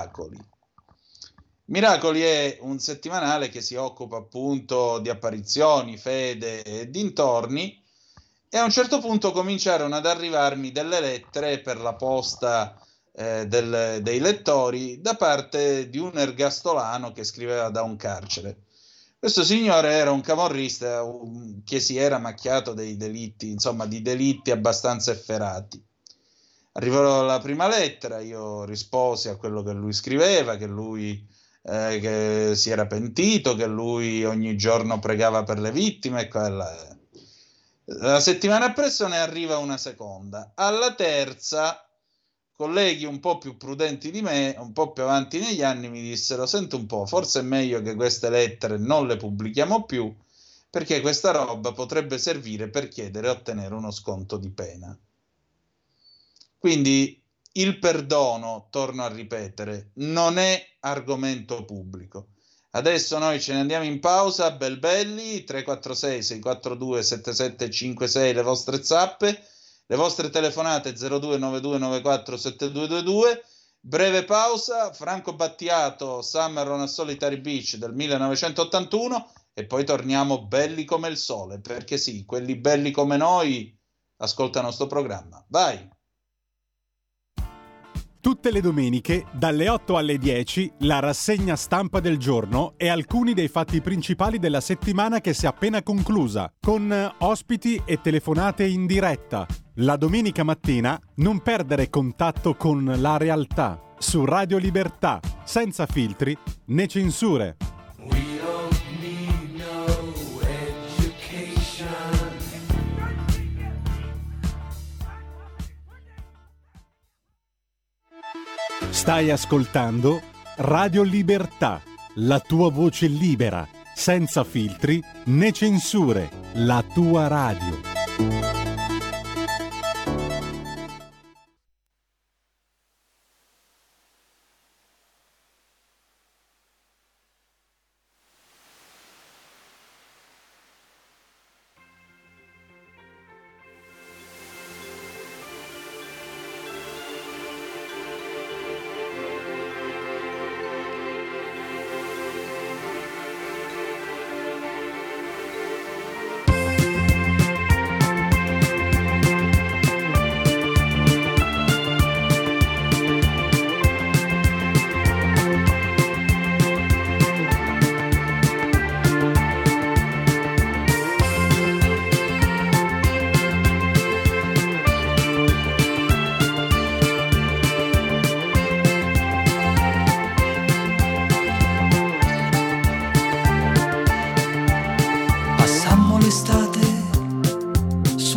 Miracoli è un settimanale che si occupa appunto di apparizioni, fede e dintorni, e a un certo punto cominciarono ad arrivarmi delle lettere per la posta dei lettori da parte di un ergastolano che scriveva da un carcere. Questo signore era un camorrista che si era macchiato dei delitti, insomma di delitti abbastanza efferati. Arrivò la prima lettera, io risposi a quello che lui scriveva, che lui che si era pentito, che lui ogni giorno pregava per le vittime e quella. La settimana appresso ne arriva una seconda. Alla terza, colleghi un po' più prudenti di me, un po' più avanti negli anni, mi dissero: senti un po', forse è meglio che queste lettere non le pubblichiamo più, perché questa roba potrebbe servire per chiedere e ottenere uno sconto di pena. Quindi il perdono, torno a ripetere, non è argomento pubblico. Adesso noi ce ne andiamo in pausa, belli, 346-642-7756, le vostre zappe, le vostre telefonate 0292947222, breve pausa, Franco Battiato, Summer on a Solitary Beach del 1981, e poi torniamo belli come il sole, perché sì, quelli belli come noi ascoltano sto programma. Vai! Tutte le domeniche, dalle 8 alle 10, la rassegna stampa del giorno e alcuni dei fatti principali della settimana che si è appena conclusa, con ospiti e telefonate in diretta. La domenica mattina non perdere contatto con la realtà, su Radio Libertà, senza filtri né censure. Stai ascoltando Radio Libertà, la tua voce libera, senza filtri né censure, la tua radio.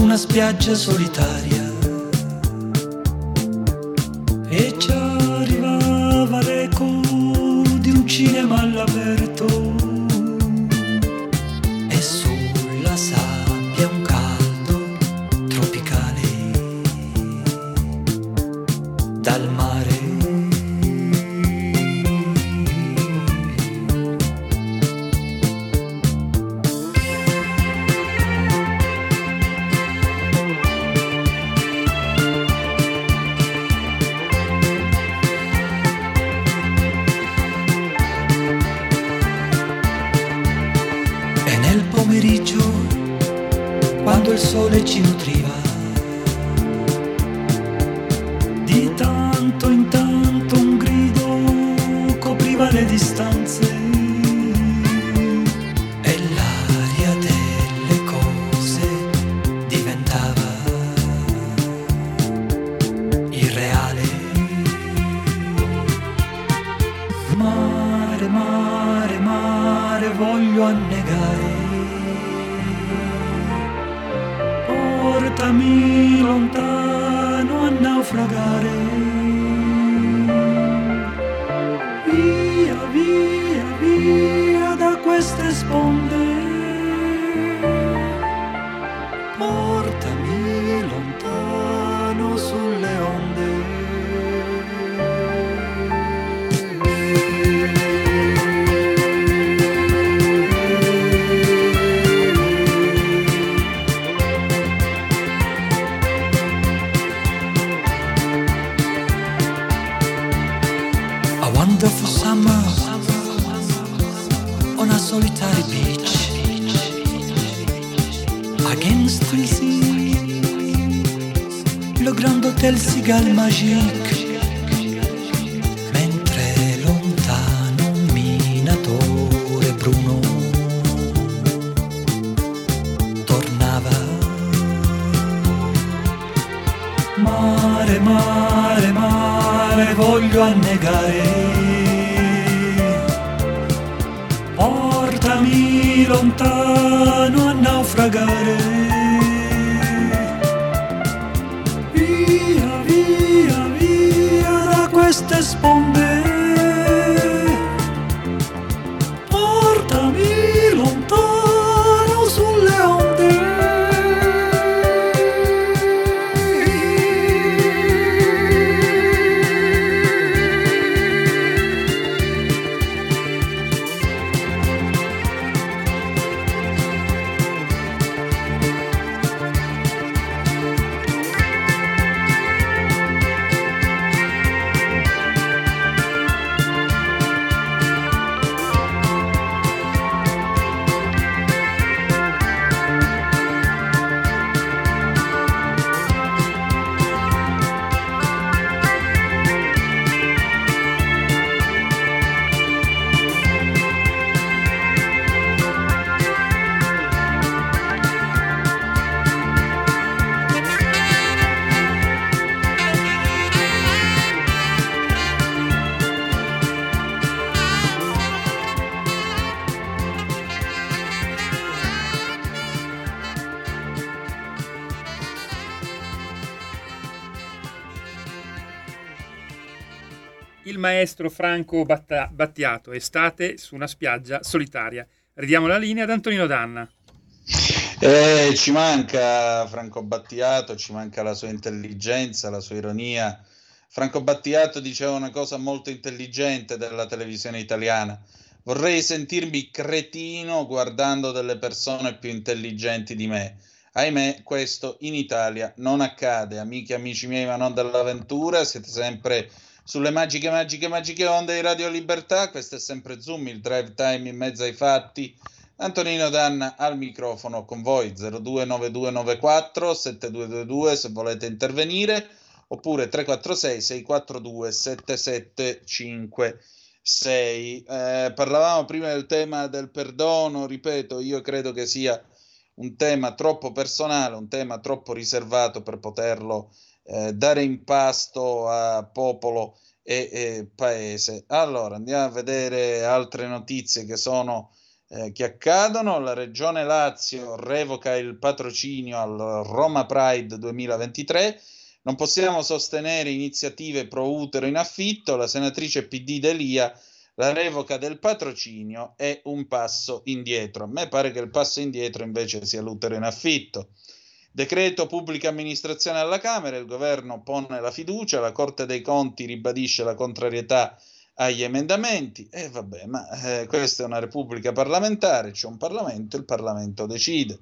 una spiaggia solitaria e ci arrivava l'eco di un cinema all'aperto e sulla sabbia un caldo tropicale dal mare. Quando il sole ci nutriva, di tanto in tanto un grido copriva le distanze e l'aria delle cose diventava irreale. Mare, mare, mare, voglio annegare. Portami lontano a naufragare. Via, via, via da queste sponde. Portami lontano sulle onde. Wonderful summer on a solitary beach against the sea, le grand hôtel Cigale Magique, mentre lontano un minatore bruno tornava. Mare, mare, mare, voglio annegare. Portami lontano a naufragare. Via, via, via da queste sponde. Portami lontano sulle onde. Il maestro Franco Battiato, Estate su una spiaggia solitaria. Ridiamo la linea ad Antonino Danna. Ci manca Franco Battiato, ci manca la sua intelligenza, la sua ironia. Franco Battiato diceva una cosa molto intelligente della televisione italiana: vorrei sentirmi cretino guardando delle persone più intelligenti di me. Ahimè, questo in Italia non accade. Amiche e amici miei, ma non dell'avventura, siete sempre sulle magiche onde di Radio Libertà. Questo è sempre Zoom, il drive time in mezzo ai fatti. Antonino Danna al microfono con voi. 029294 7222 se volete intervenire, oppure 346 642 7756. Parlavamo prima del tema del perdono. Ripeto, io credo che sia un tema troppo personale, un tema troppo riservato per poterlo dare in pasto a popolo e paese. Allora andiamo a vedere altre notizie che sono che accadono. La Regione Lazio revoca il patrocinio al Roma Pride 2023. Non possiamo sostenere iniziative pro utero in affitto. La senatrice PD D'Elia: la revoca del patrocinio è un passo indietro. A me pare che il passo indietro invece sia l'utero in affitto. Decreto pubblica amministrazione alla Camera, il governo pone la fiducia, la Corte dei Conti ribadisce la contrarietà agli emendamenti. E vabbè, ma questa è una repubblica parlamentare, c'è un Parlamento, il Parlamento decide.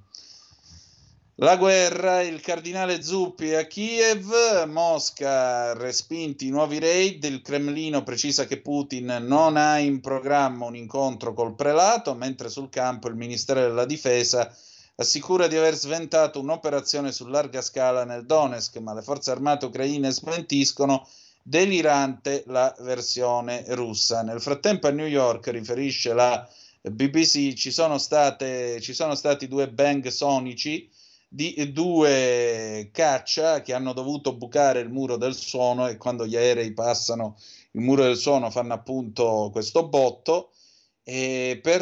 La guerra, il cardinale Zuppi a Kiev, Mosca respinti i nuovi raid, il Cremlino precisa che Putin non ha in programma un incontro col prelato, mentre sul campo il Ministero della Difesa assicura di aver sventato un'operazione su larga scala nel Donetsk, ma le forze armate ucraine smentiscono. Delirante la versione russa. Nel frattempo a New York, riferisce la BBC, ci sono stati 2 bang sonici di 2 caccia che hanno dovuto bucare il muro del suono, e quando gli aerei passano il muro del suono fanno appunto questo botto, per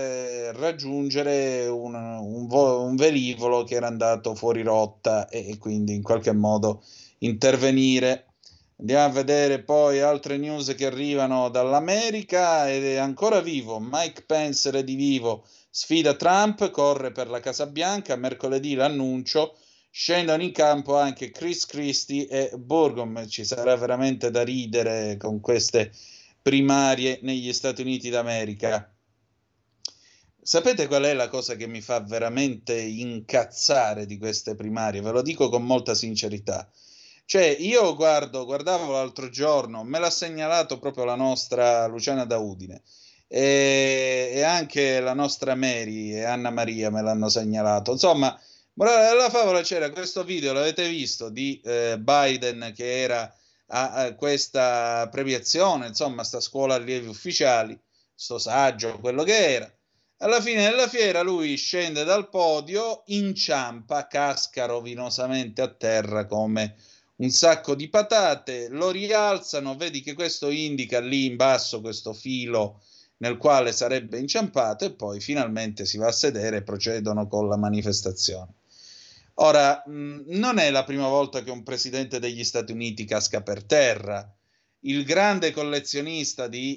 raggiungere un velivolo che era andato fuori rotta e quindi in qualche modo intervenire. Andiamo a vedere poi altre news che arrivano dall'America. Ed è ancora vivo Mike Pence, redivivo, sfida Trump, corre per la Casa Bianca, mercoledì l'annuncio, scendono in campo anche Chris Christie e Burgum. Ci sarà veramente da ridere con queste primarie negli Stati Uniti d'America. Sapete qual è la cosa che mi fa veramente incazzare di queste primarie? Ve lo dico con molta sincerità. Cioè, io guardavo l'altro giorno, me l'ha segnalato proprio la nostra Luciana da Udine, e anche la nostra Mary e Anna Maria me l'hanno segnalato. Insomma, morale della favola, c'era questo video, l'avete visto, di Biden che era a questa premiazione, insomma, sta scuola allievi ufficiali, sto saggio, quello che era. Alla fine della fiera lui scende dal podio, inciampa, casca rovinosamente a terra come un sacco di patate, lo rialzano, vedi che questo indica lì in basso questo filo nel quale sarebbe inciampato, e poi finalmente si va a sedere e procedono con la manifestazione. Ora, non è la prima volta che un presidente degli Stati Uniti casca per terra. Il grande collezionista di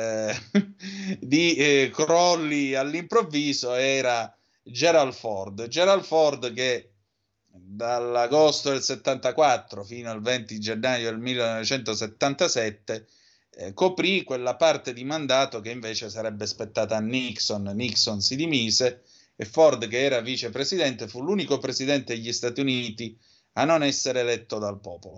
crolli all'improvviso era Gerald Ford. Gerald Ford, che dall'agosto del 74 fino al 20 gennaio del 1977 coprì quella parte di mandato che invece sarebbe spettata a Nixon. Nixon si dimise e Ford, che era vicepresidente, fu l'unico presidente degli Stati Uniti a non essere eletto dal popolo.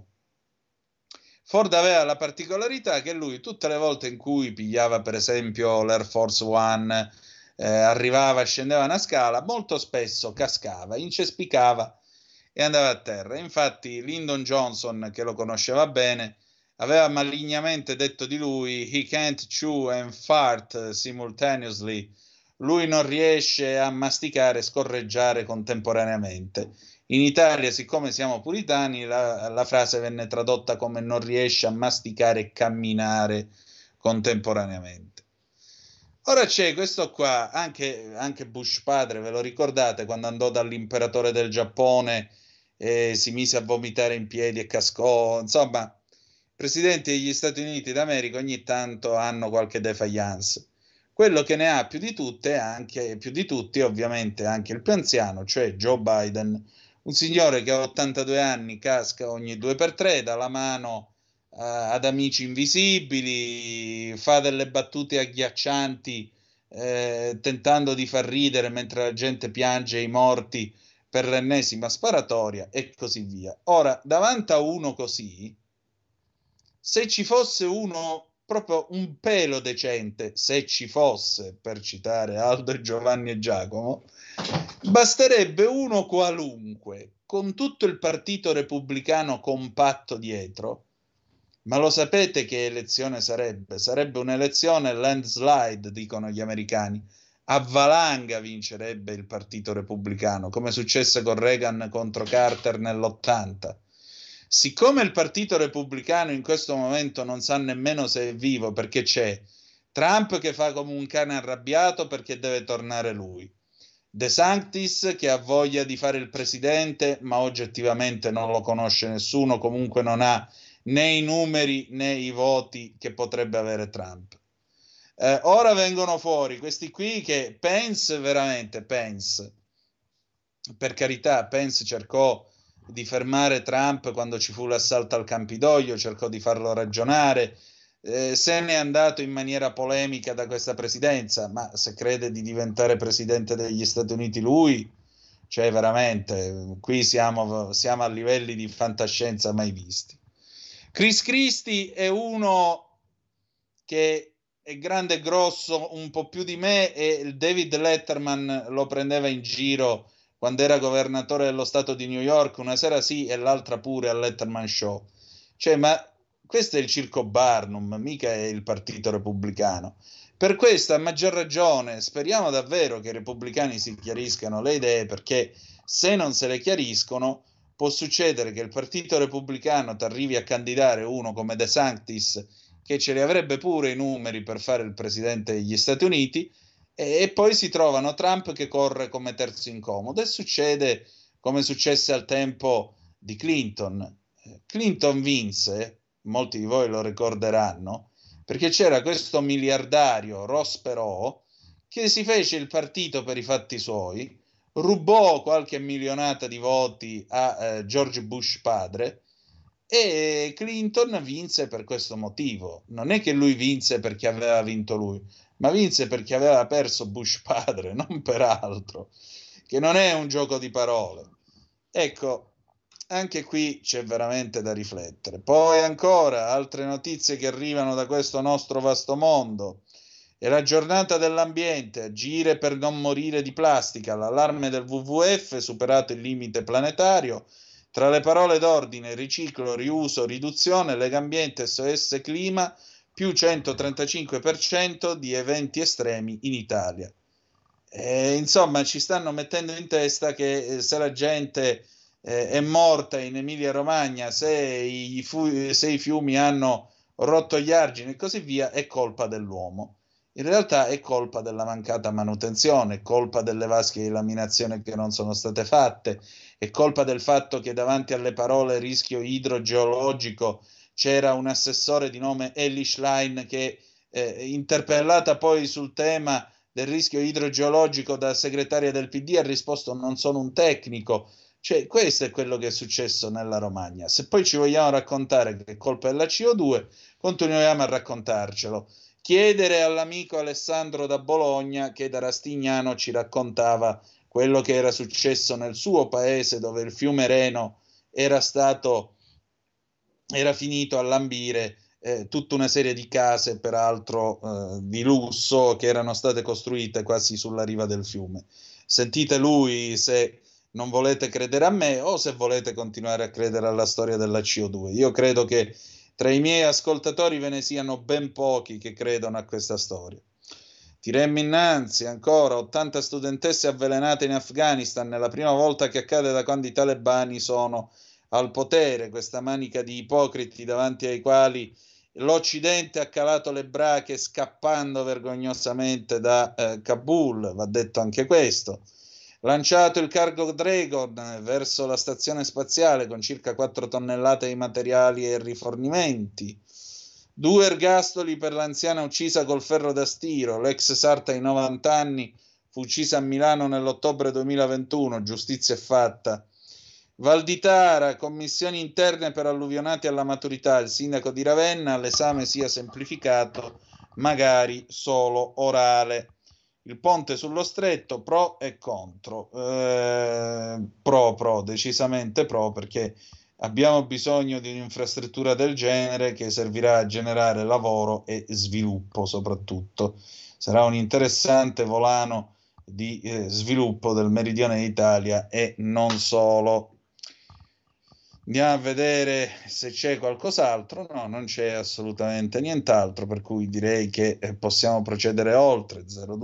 Ford aveva la particolarità che lui, tutte le volte in cui pigliava per esempio l'Air Force One, arrivava, scendeva una scala, molto spesso cascava, incespicava e andava a terra. Infatti Lyndon Johnson, che lo conosceva bene, aveva malignamente detto di lui: he can't chew and fart simultaneously. Lui non riesce a masticare e scorreggiare contemporaneamente. In Italia, siccome siamo puritani, la frase venne tradotta come non riesce a masticare e camminare contemporaneamente. Ora c'è questo qua, anche Bush padre, ve lo ricordate, quando andò dall'imperatore del Giappone e si mise a vomitare in piedi e cascò? Insomma, i presidenti degli Stati Uniti d'America ogni tanto hanno qualche défaillance. Quello che ne ha più di tutti, ovviamente, anche il più anziano, cioè Joe Biden, un signore che a 82 anni casca ogni 2x3, dà la mano ad amici invisibili, fa delle battute agghiaccianti, tentando di far ridere mentre la gente piange i morti per l'ennesima sparatoria e così via. Ora, davanti a uno così, se ci fosse uno proprio un pelo decente, se ci fosse, per citare Aldo e Giovanni e Giacomo, basterebbe uno qualunque, con tutto il partito repubblicano compatto dietro. Ma lo sapete che elezione sarebbe? Sarebbe un'elezione landslide, dicono gli americani. A valanga vincerebbe il partito repubblicano, come successe con Reagan contro Carter nell'80. Siccome il partito repubblicano in questo momento non sa nemmeno se è vivo, perché c'è Trump che fa come un cane arrabbiato perché deve tornare lui. DeSantis che ha voglia di fare il presidente, ma oggettivamente non lo conosce nessuno, comunque non ha né i numeri né i voti che potrebbe avere Trump. Ora vengono fuori questi qui che Pence, per carità, Pence cercò di fermare Trump quando ci fu l'assalto al Campidoglio, cercò di farlo ragionare, se n'è andato in maniera polemica da questa presidenza, ma se crede di diventare presidente degli Stati Uniti lui, cioè veramente, qui siamo a livelli di fantascienza mai visti. Chris Christie è uno che è grande e grosso un po' più di me, e David Letterman lo prendeva in giro quando era governatore dello stato di New York, una sera sì e l'altra pure al Letterman Show. Cioè, ma questo è il circo Barnum, mica è il Partito Repubblicano. Per questo, a maggior ragione, speriamo davvero che i repubblicani si chiariscano le idee, perché se non se le chiariscono può succedere che il Partito Repubblicano ti arrivi a candidare uno come DeSantis, che ce li avrebbe pure i numeri per fare il presidente degli Stati Uniti, e poi si trovano Trump che corre come terzo incomodo, e succede come successe al tempo di Clinton. Clinton vinse, molti di voi lo ricorderanno, perché c'era questo miliardario Ross Perot che si fece il partito per i fatti suoi, rubò qualche milionata di voti a George Bush padre, e Clinton vinse per questo motivo. Non è che lui vinse perché aveva vinto lui, ma vinse perché aveva perso Bush padre, non per altro, che non è un gioco di parole. Ecco, anche qui c'è veramente da riflettere. Poi ancora altre notizie che arrivano da questo nostro vasto mondo. È la giornata dell'ambiente, agire per non morire di plastica, l'allarme del WWF, superato il limite planetario. Tra le parole d'ordine, riciclo, riuso, riduzione, Legambiente, SOS Clima, più 135% di eventi estremi in Italia. Insomma, ci stanno mettendo in testa che se la gente è morta in Emilia-Romagna, se i fiumi hanno rotto gli argini e così via, è colpa dell'uomo. In realtà è colpa della mancata manutenzione, è colpa delle vasche di laminazione che non sono state fatte, è colpa del fatto che davanti alle parole rischio idrogeologico c'era un assessore di nome Elly Schlein che, interpellata poi sul tema del rischio idrogeologico da segretaria del PD, ha risposto: non sono un tecnico. Cioè, questo è quello che è successo nella Romagna. Se poi ci vogliamo raccontare che è colpa della CO2, continuiamo a raccontarcelo. Chiedere all'amico Alessandro da Bologna, che da Rastignano ci raccontava quello che era successo nel suo paese, dove il fiume Reno era finito a lambire tutta una serie di case, peraltro di lusso, che erano state costruite quasi sulla riva del fiume. Sentite lui se non volete credere a me o se volete continuare a credere alla storia della CO2. Io credo che tra i miei ascoltatori ve ne siano ben pochi che credono a questa storia. Tiremmo innanzi ancora 80 studentesse avvelenate in Afghanistan, è la prima volta che accade da quando i talebani sono al potere, questa manica di ipocriti davanti ai quali l'Occidente ha calato le brache scappando vergognosamente da Kabul, va detto anche questo. Lanciato il cargo Dragon verso la stazione spaziale con circa 4 tonnellate di materiali e rifornimenti. 2 ergastoli per l'anziana uccisa col ferro da stiro. L'ex sarta di 90 anni fu uccisa a Milano nell'ottobre 2021. Giustizia è fatta. Valditara, commissioni interne per alluvionati alla maturità. Il sindaco di Ravenna, l'esame sia semplificato, magari solo orale. Il ponte sullo stretto, pro e contro. Pro, decisamente pro, perché abbiamo bisogno di un'infrastruttura del genere che servirà a generare lavoro e sviluppo soprattutto. Sarà un interessante volano di sviluppo del meridione d'Italia e non solo. Andiamo a vedere se c'è qualcos'altro. No, non c'è assolutamente nient'altro, per cui direi che possiamo procedere oltre.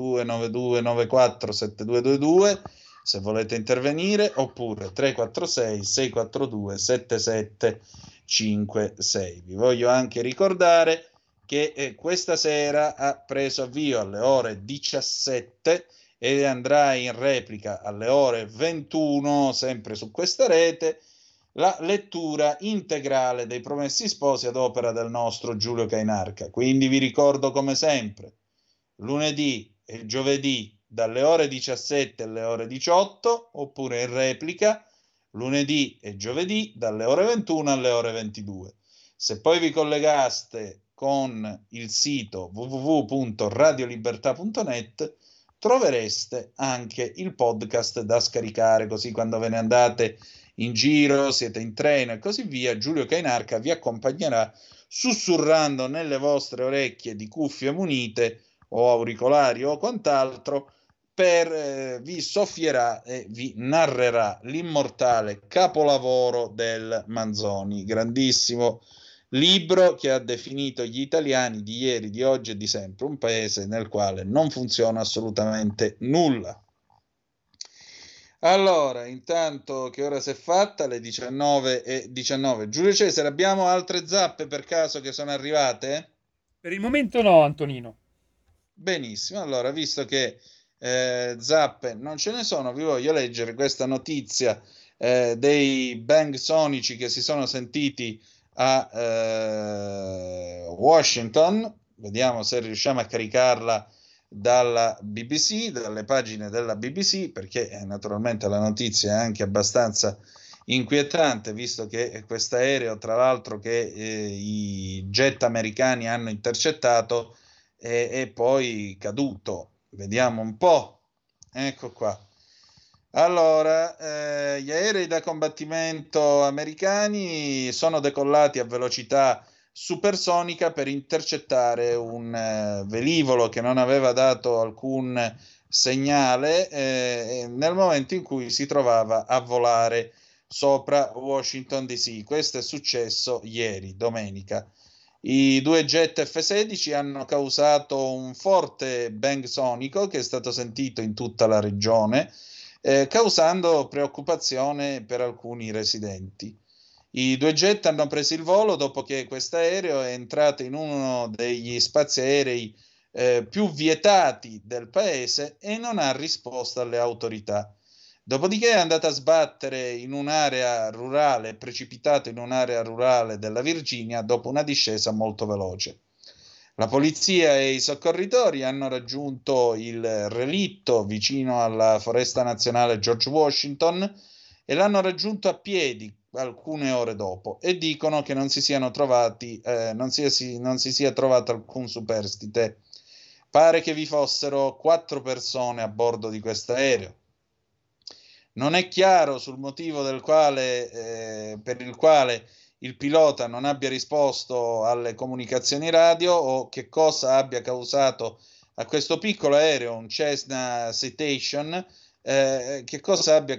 0292947222 se volete intervenire, oppure 346 642 7756. Vi voglio anche ricordare che questa sera ha preso avvio alle ore 17 e andrà in replica alle ore 21, sempre su questa rete, la lettura integrale dei Promessi Sposi ad opera del nostro Giulio Cainarca. Quindi vi ricordo come sempre, lunedì e giovedì dalle ore 17 alle ore 18, oppure in replica lunedì e giovedì dalle ore 21 alle ore 22. Se poi vi collegaste con il sito www.radiolibertà.net trovereste anche il podcast da scaricare, così quando ve ne andate in giro, siete in treno e così via, Giulio Cainarca vi accompagnerà sussurrando nelle vostre orecchie di cuffie munite o auricolari o quant'altro, vi soffierà e vi narrerà l'immortale capolavoro del Manzoni, grandissimo libro che ha definito gli italiani di ieri, di oggi e di sempre, un paese nel quale non funziona assolutamente nulla. Allora, intanto che ora si è fatta? Le 19:19. Giulio Cesare, abbiamo altre zappe per caso che sono arrivate? Per il momento no, Antonino. Benissimo, allora, visto che zappe non ce ne sono, vi voglio leggere questa notizia dei bang sonici che si sono sentiti a Washington. Vediamo se riusciamo a caricarla dalla BBC, dalle pagine della BBC, perché naturalmente la notizia è anche abbastanza inquietante, visto che quest'aereo, tra l'altro, che i jet americani hanno intercettato è poi caduto. Vediamo un po', ecco qua. Allora, gli aerei da combattimento americani sono decollati a velocità supersonica per intercettare un velivolo che non aveva dato alcun segnale nel momento in cui si trovava a volare sopra Washington DC. Questo è successo ieri, domenica. I due jet F-16 hanno causato un forte bang sonico che è stato sentito in tutta la regione, causando preoccupazione per alcuni residenti. I due jet hanno preso il volo dopo che quest'aereo è entrato in uno degli spazi aerei più vietati del paese e non ha risposto alle autorità. Dopodiché è andato a sbattere in un'area rurale, precipitato in un'area rurale della Virginia dopo una discesa molto veloce. La polizia e i soccorritori hanno raggiunto il relitto vicino alla foresta nazionale George Washington e l'hanno raggiunto a piedi alcune ore dopo e dicono che non si sia trovato alcun superstite. Pare che vi fossero 4 persone a bordo di questo aereo. Non è chiaro sul motivo per il quale il pilota non abbia risposto alle comunicazioni radio o che cosa abbia causato a questo piccolo aereo, un Cessna Citation, che cosa abbia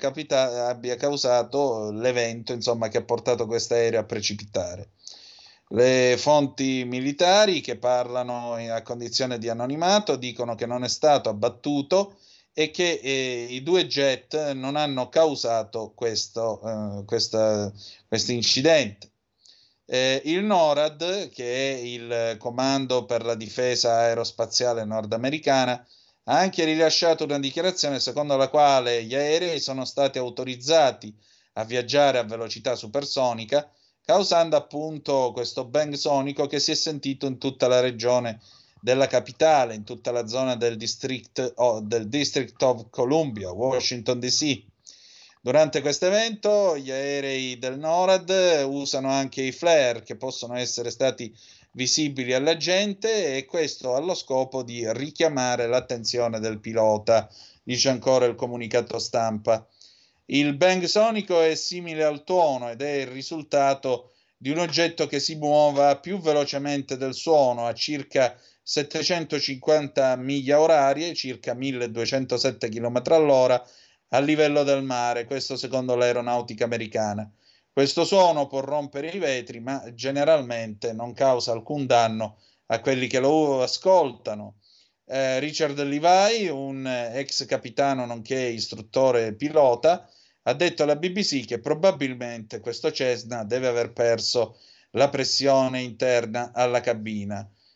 causato l'evento, insomma, che ha portato questo aereo a precipitare. Le fonti militari, che parlano a condizione di anonimato, dicono che non è stato abbattuto e che i due jet non hanno causato questo incidente. Il NORAD, che è il Comando per la Difesa Aerospaziale Nordamericana, ha anche rilasciato una dichiarazione secondo la quale gli aerei sono stati autorizzati a viaggiare a velocità supersonica, causando appunto questo bang sonico che si è sentito in tutta la regione della capitale, in tutta la zona del District of Columbia, Washington DC. Durante questo evento gli aerei del NORAD usano anche i flare che possono essere stati visibili alla gente, e questo allo scopo di richiamare l'attenzione del pilota, dice ancora il comunicato stampa. Il bang sonico è simile al tuono ed è il risultato di un oggetto che si muova più velocemente del suono, a circa 750 miglia orarie, circa 1207 km all'ora, a livello del mare, questo secondo l'aeronautica americana. Questo suono può rompere i vetri, ma generalmente non causa alcun danno a quelli che lo ascoltano. Richard Levi, un ex capitano nonché istruttore pilota, ha detto alla BBC che probabilmente questo Cessna deve aver perso la pressione interna alla cabina.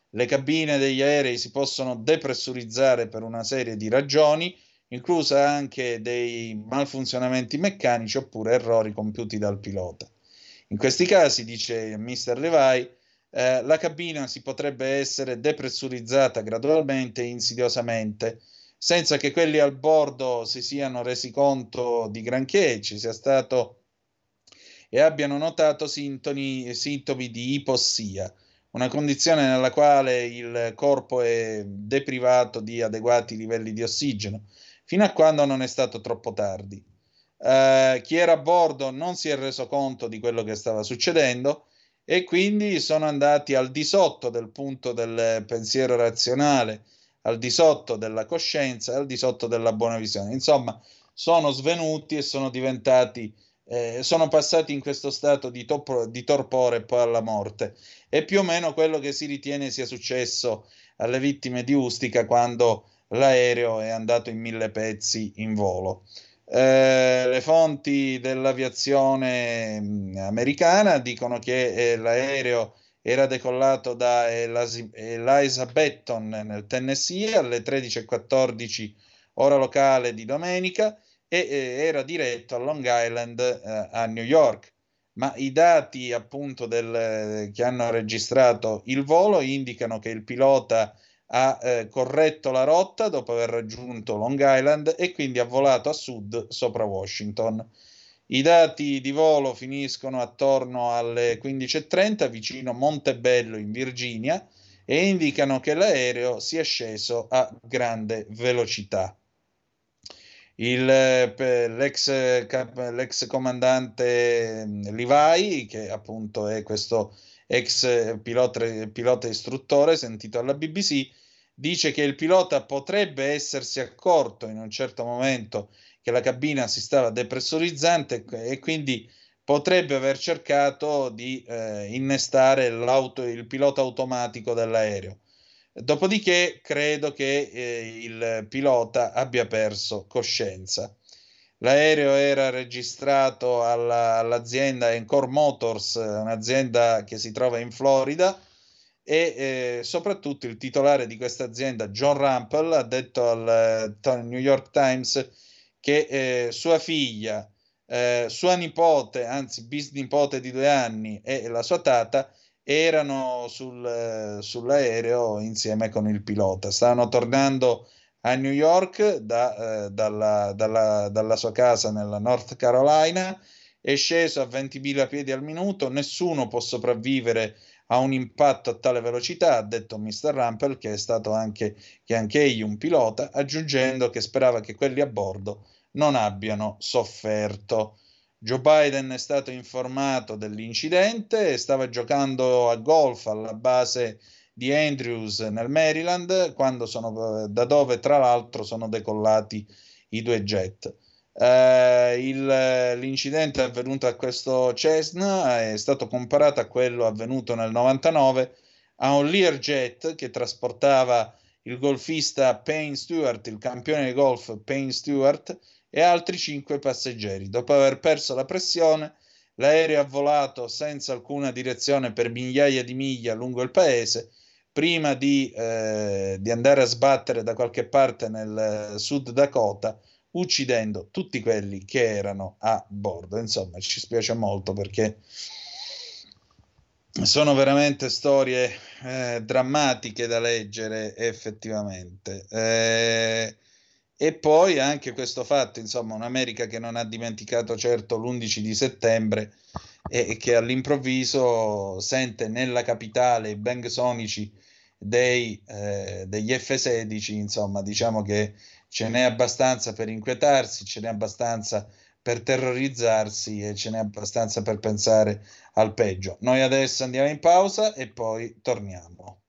Le cabine degli aerei si possono depressurizzare per una serie di ragioni, inclusa anche dei malfunzionamenti meccanici oppure errori compiuti dal pilota. In questi casi, dice Mr. Levi, la cabina si potrebbe essere depressurizzata gradualmente e insidiosamente, senza che quelli al bordo si siano resi conto di granché, ci sia stato e abbiano notato sintomi di ipossia, una condizione nella quale il corpo è deprivato di adeguati livelli di ossigeno, fino a quando non è stato troppo tardi. Chi era a bordo non si è reso conto di quello che stava succedendo e quindi sono andati al di sotto del punto del pensiero razionale, al di sotto della coscienza, al di sotto della buona visione. Insomma, sono svenuti e sono diventati sono passati in questo stato di torpore e poi alla morte. È più o meno quello che si ritiene sia successo alle vittime di Ustica quando l'aereo è andato in 1000 pezzi in volo. Le fonti dell'aviazione americana dicono che l'aereo era decollato da Elizabethton nel Tennessee alle 13:14 ora locale di domenica e era diretto a Long Island a New York, ma i dati appunto che hanno registrato il volo indicano che il pilota ha corretto la rotta dopo aver raggiunto Long Island e quindi ha volato a sud sopra Washington. I dati di volo finiscono attorno alle 15:30 vicino Montebello in Virginia e indicano che l'aereo sia sceso a grande velocità. L'ex comandante Levi, che appunto è questo ex pilota istruttore sentito alla BBC, dice che il pilota potrebbe essersi accorto in un certo momento che la cabina si stava depressurizzando e quindi potrebbe aver cercato di innestare il pilota automatico dell'aereo. Dopodiché credo che il pilota abbia perso coscienza. L'aereo era registrato all'azienda Encore Motors, un'azienda che si trova in Florida, e soprattutto il titolare di questa azienda, John Rampel, ha detto al New York Times che sua figlia, sua nipote, anzi bisnipote di 2 anni e la sua tata erano sull'aereo insieme con il pilota. Stavano tornando a New York dalla sua casa nella North Carolina. È sceso a 20.000 piedi al minuto. Nessuno può sopravvivere a un impatto a tale velocità, ha detto Mr. Rampel, che è stato anche egli un pilota, aggiungendo che sperava che quelli a bordo non abbiano sofferto. Joe Biden è stato informato dell'incidente e stava giocando a golf alla base di Andrews nel Maryland, da dove tra l'altro sono decollati i 2 jet. L'incidente avvenuto a questo Cessna è stato comparato a quello avvenuto nel 99 a un Learjet che trasportava il golfista Payne Stewart, il campione di golf Payne Stewart, e altri 5 passeggeri. Dopo aver perso la pressione, l'aereo ha volato senza alcuna direzione per migliaia di miglia lungo il paese, prima di andare a sbattere da qualche parte nel Sud Dakota, uccidendo tutti quelli che erano a bordo. Insomma, ci spiace molto perché sono veramente storie drammatiche da leggere effettivamente. E poi anche questo fatto, insomma, un'America che non ha dimenticato certo l'11 di settembre e che all'improvviso sente nella capitale i bang sonici degli F-16, insomma, diciamo che ce n'è abbastanza per inquietarsi, ce n'è abbastanza per terrorizzarsi e ce n'è abbastanza per pensare al peggio. Noi adesso andiamo in pausa e poi torniamo.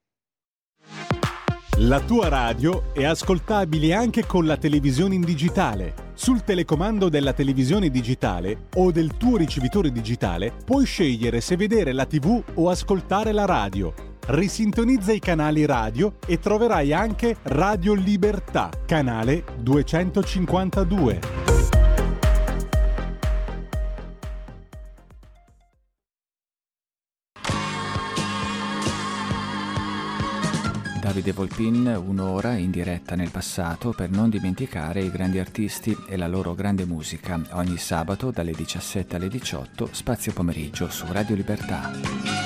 La tua radio è ascoltabile anche con la televisione in digitale. Sul telecomando della televisione digitale o del tuo ricevitore digitale puoi scegliere se vedere la TV o ascoltare la radio. Risintonizza i canali radio e troverai anche Radio Libertà, canale 252. Davide Volpin, un'ora in diretta nel passato per non dimenticare i grandi artisti e la loro grande musica. Ogni sabato dalle 17 alle 18, spazio pomeriggio su Radio Libertà.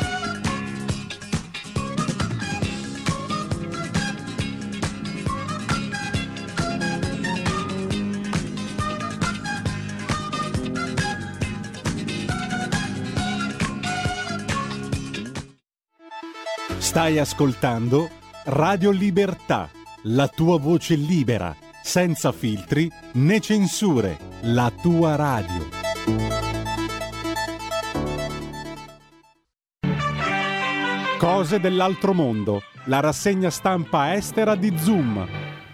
Stai ascoltando Radio Libertà, la tua voce libera, senza filtri né censure, la tua radio. Cose dell'altro mondo, la rassegna stampa estera di Zoom.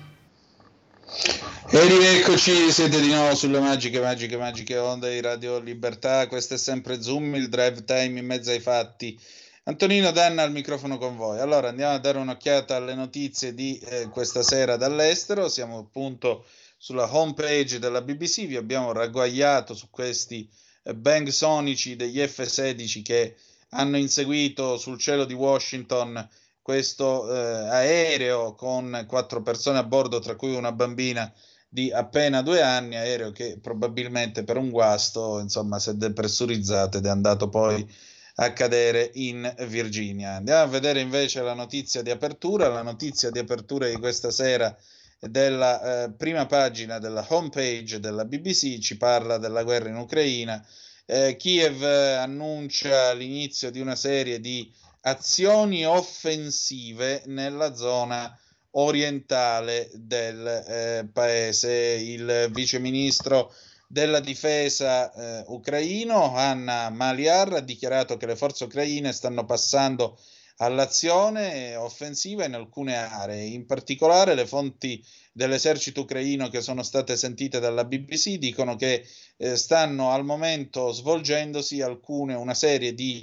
E rieccoci, siete di nuovo sulle magiche onde di Radio Libertà. Questo è sempre Zoom, il drive time in mezzo ai fatti. Antonino Danna al microfono con voi. Allora andiamo a dare un'occhiata alle notizie di questa sera dall'estero. Siamo appunto sulla homepage della BBC, vi abbiamo ragguagliato su questi bang sonici degli F-16 che hanno inseguito sul cielo di Washington questo aereo con 4 persone a bordo, tra cui una bambina di appena 2 anni, aereo che probabilmente per un guasto, insomma, si è depressurizzato ed è andato poi a cadere in Virginia. Andiamo a vedere invece la notizia di apertura. La notizia di apertura di questa sera della prima pagina della homepage della BBC ci parla della guerra in Ucraina. Kiev annuncia l'inizio di una serie di azioni offensive nella zona orientale del paese. Il viceministro della difesa ucraino Anna Maliar ha dichiarato che le forze ucraine stanno passando all'azione offensiva in alcune aree. In particolare le fonti dell'esercito ucraino che sono state sentite dalla BBC dicono che stanno al momento svolgendosi una serie di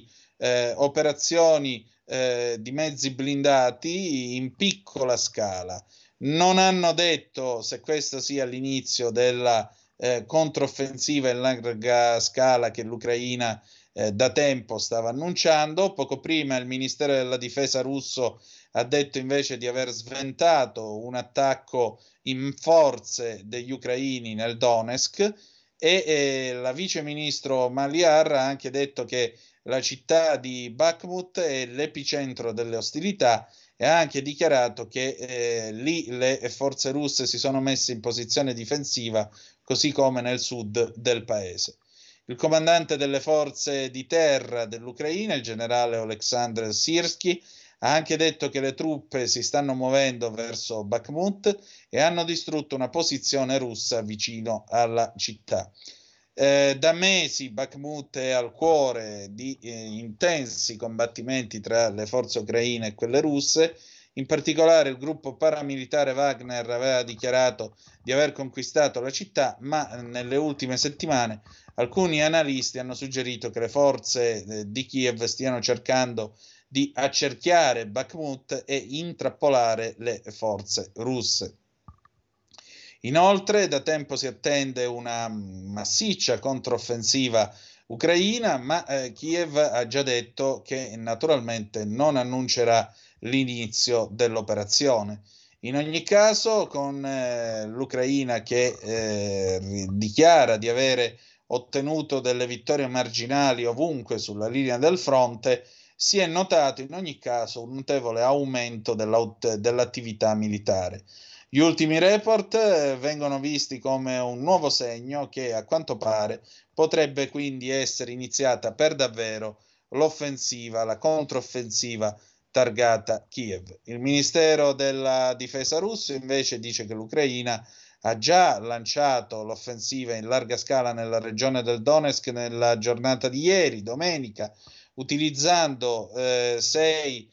operazioni di mezzi blindati in piccola scala. Non hanno detto se questo sia l'inizio della controffensiva in larga scala che l'Ucraina da tempo stava annunciando. Poco prima il Ministero della Difesa russo ha detto invece di aver sventato un attacco in forze degli ucraini nel Donetsk e la vice ministro Maliar ha anche detto che la città di Bakhmut è l'epicentro delle ostilità e ha anche dichiarato che lì le forze russe si sono messe in posizione difensiva, così come nel sud del paese. Il comandante delle forze di terra dell'Ucraina, il generale Oleksandr Syrskyi, ha anche detto che le truppe si stanno muovendo verso Bakhmut e hanno distrutto una posizione russa vicino alla città. Da mesi Bakhmut è al cuore di intensi combattimenti tra le forze ucraine e quelle russe. In particolare il gruppo paramilitare Wagner aveva dichiarato di aver conquistato la città, ma nelle ultime settimane alcuni analisti hanno suggerito che le forze di Kiev stiano cercando di accerchiare Bakhmut e intrappolare le forze russe. Inoltre da tempo si attende una massiccia controffensiva ucraina, ma Kiev ha già detto che naturalmente non annuncerà l'inizio dell'operazione. In ogni caso, con l'Ucraina che dichiara di avere ottenuto delle vittorie marginali ovunque sulla linea del fronte, si è notato in ogni caso un notevole aumento dell'attività militare. Gli ultimi report vengono visti come un nuovo segno che a quanto pare potrebbe quindi essere iniziata per davvero l'offensiva, la controffensiva targata Kiev. Il Ministero della Difesa russo invece dice che l'Ucraina ha già lanciato l'offensiva in larga scala nella regione del Donetsk nella giornata di ieri, domenica, utilizzando 6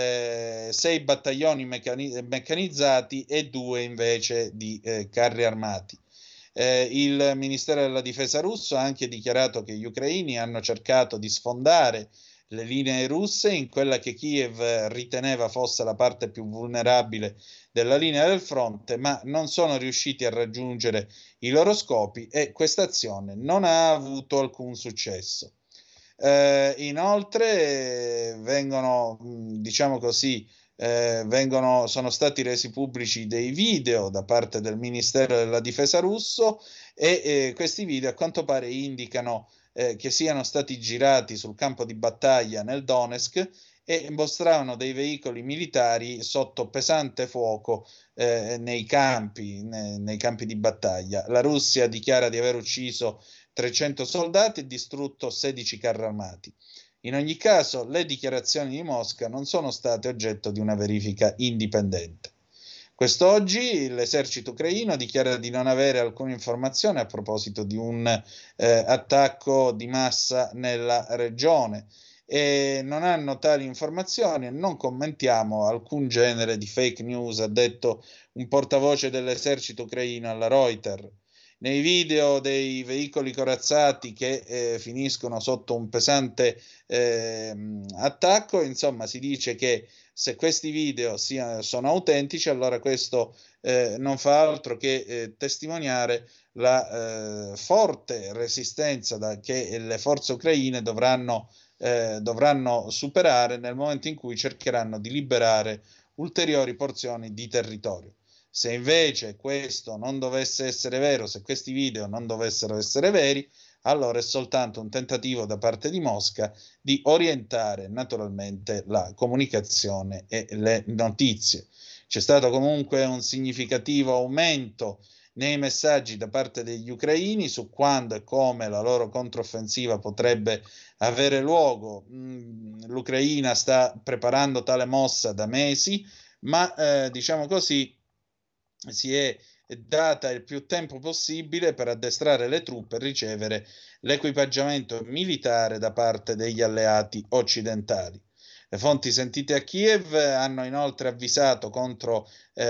battaglioni meccanizzati e 2 invece di carri armati. Il Ministero della Difesa russo ha anche dichiarato che gli ucraini hanno cercato di sfondare le linee russe in quella che Kiev riteneva fosse la parte più vulnerabile della linea del fronte, ma non sono riusciti a raggiungere i loro scopi e questa azione non ha avuto alcun successo. Inoltre vengono, diciamo così, sono stati resi pubblici dei video da parte del Ministero della Difesa russo e questi video a quanto pare indicano che siano stati girati sul campo di battaglia nel Donetsk e mostravano dei veicoli militari sotto pesante fuoco nei campi di battaglia. La Russia dichiara di aver ucciso 300 soldati e distrutto 16 carri armati. In ogni caso, le dichiarazioni di Mosca non sono state oggetto di una verifica indipendente. Quest'oggi l'esercito ucraino dichiara di non avere alcuna informazione a proposito di un attacco di massa nella regione e non hanno tali informazioni e non commentiamo alcun genere di fake news, ha detto un portavoce dell'esercito ucraino alla Reuters. Nei video dei veicoli corazzati che finiscono sotto un pesante attacco, insomma, si dice che se questi video sono autentici, allora questo non fa altro che testimoniare la forte resistenza che le forze ucraine dovranno superare nel momento in cui cercheranno di liberare ulteriori porzioni di territorio. Se invece questo non dovesse essere vero, se questi video non dovessero essere veri, allora è soltanto un tentativo da parte di Mosca di orientare naturalmente la comunicazione e le notizie. C'è stato comunque un significativo aumento nei messaggi da parte degli ucraini su quando e come la loro controffensiva potrebbe avere luogo. L'Ucraina sta preparando tale mossa da mesi, ma diciamo così si è data il più tempo possibile per addestrare le truppe e ricevere l'equipaggiamento militare da parte degli alleati occidentali. Le fonti sentite a Kiev hanno inoltre avvisato contro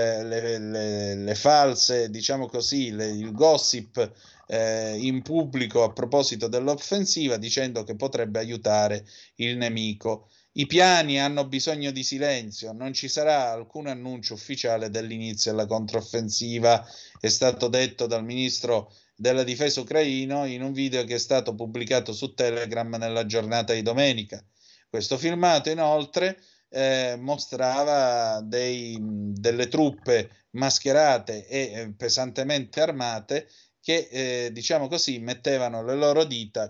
le false, diciamo così, il gossip in pubblico a proposito dell'offensiva, dicendo che potrebbe aiutare il nemico. I piani hanno bisogno di silenzio, non ci sarà alcun annuncio ufficiale dell'inizio della controffensiva, è stato detto dal ministro della difesa ucraino in un video che è stato pubblicato su Telegram nella giornata di domenica. Questo filmato inoltre mostrava delle truppe mascherate e pesantemente armate che, diciamo così, mettevano le loro dita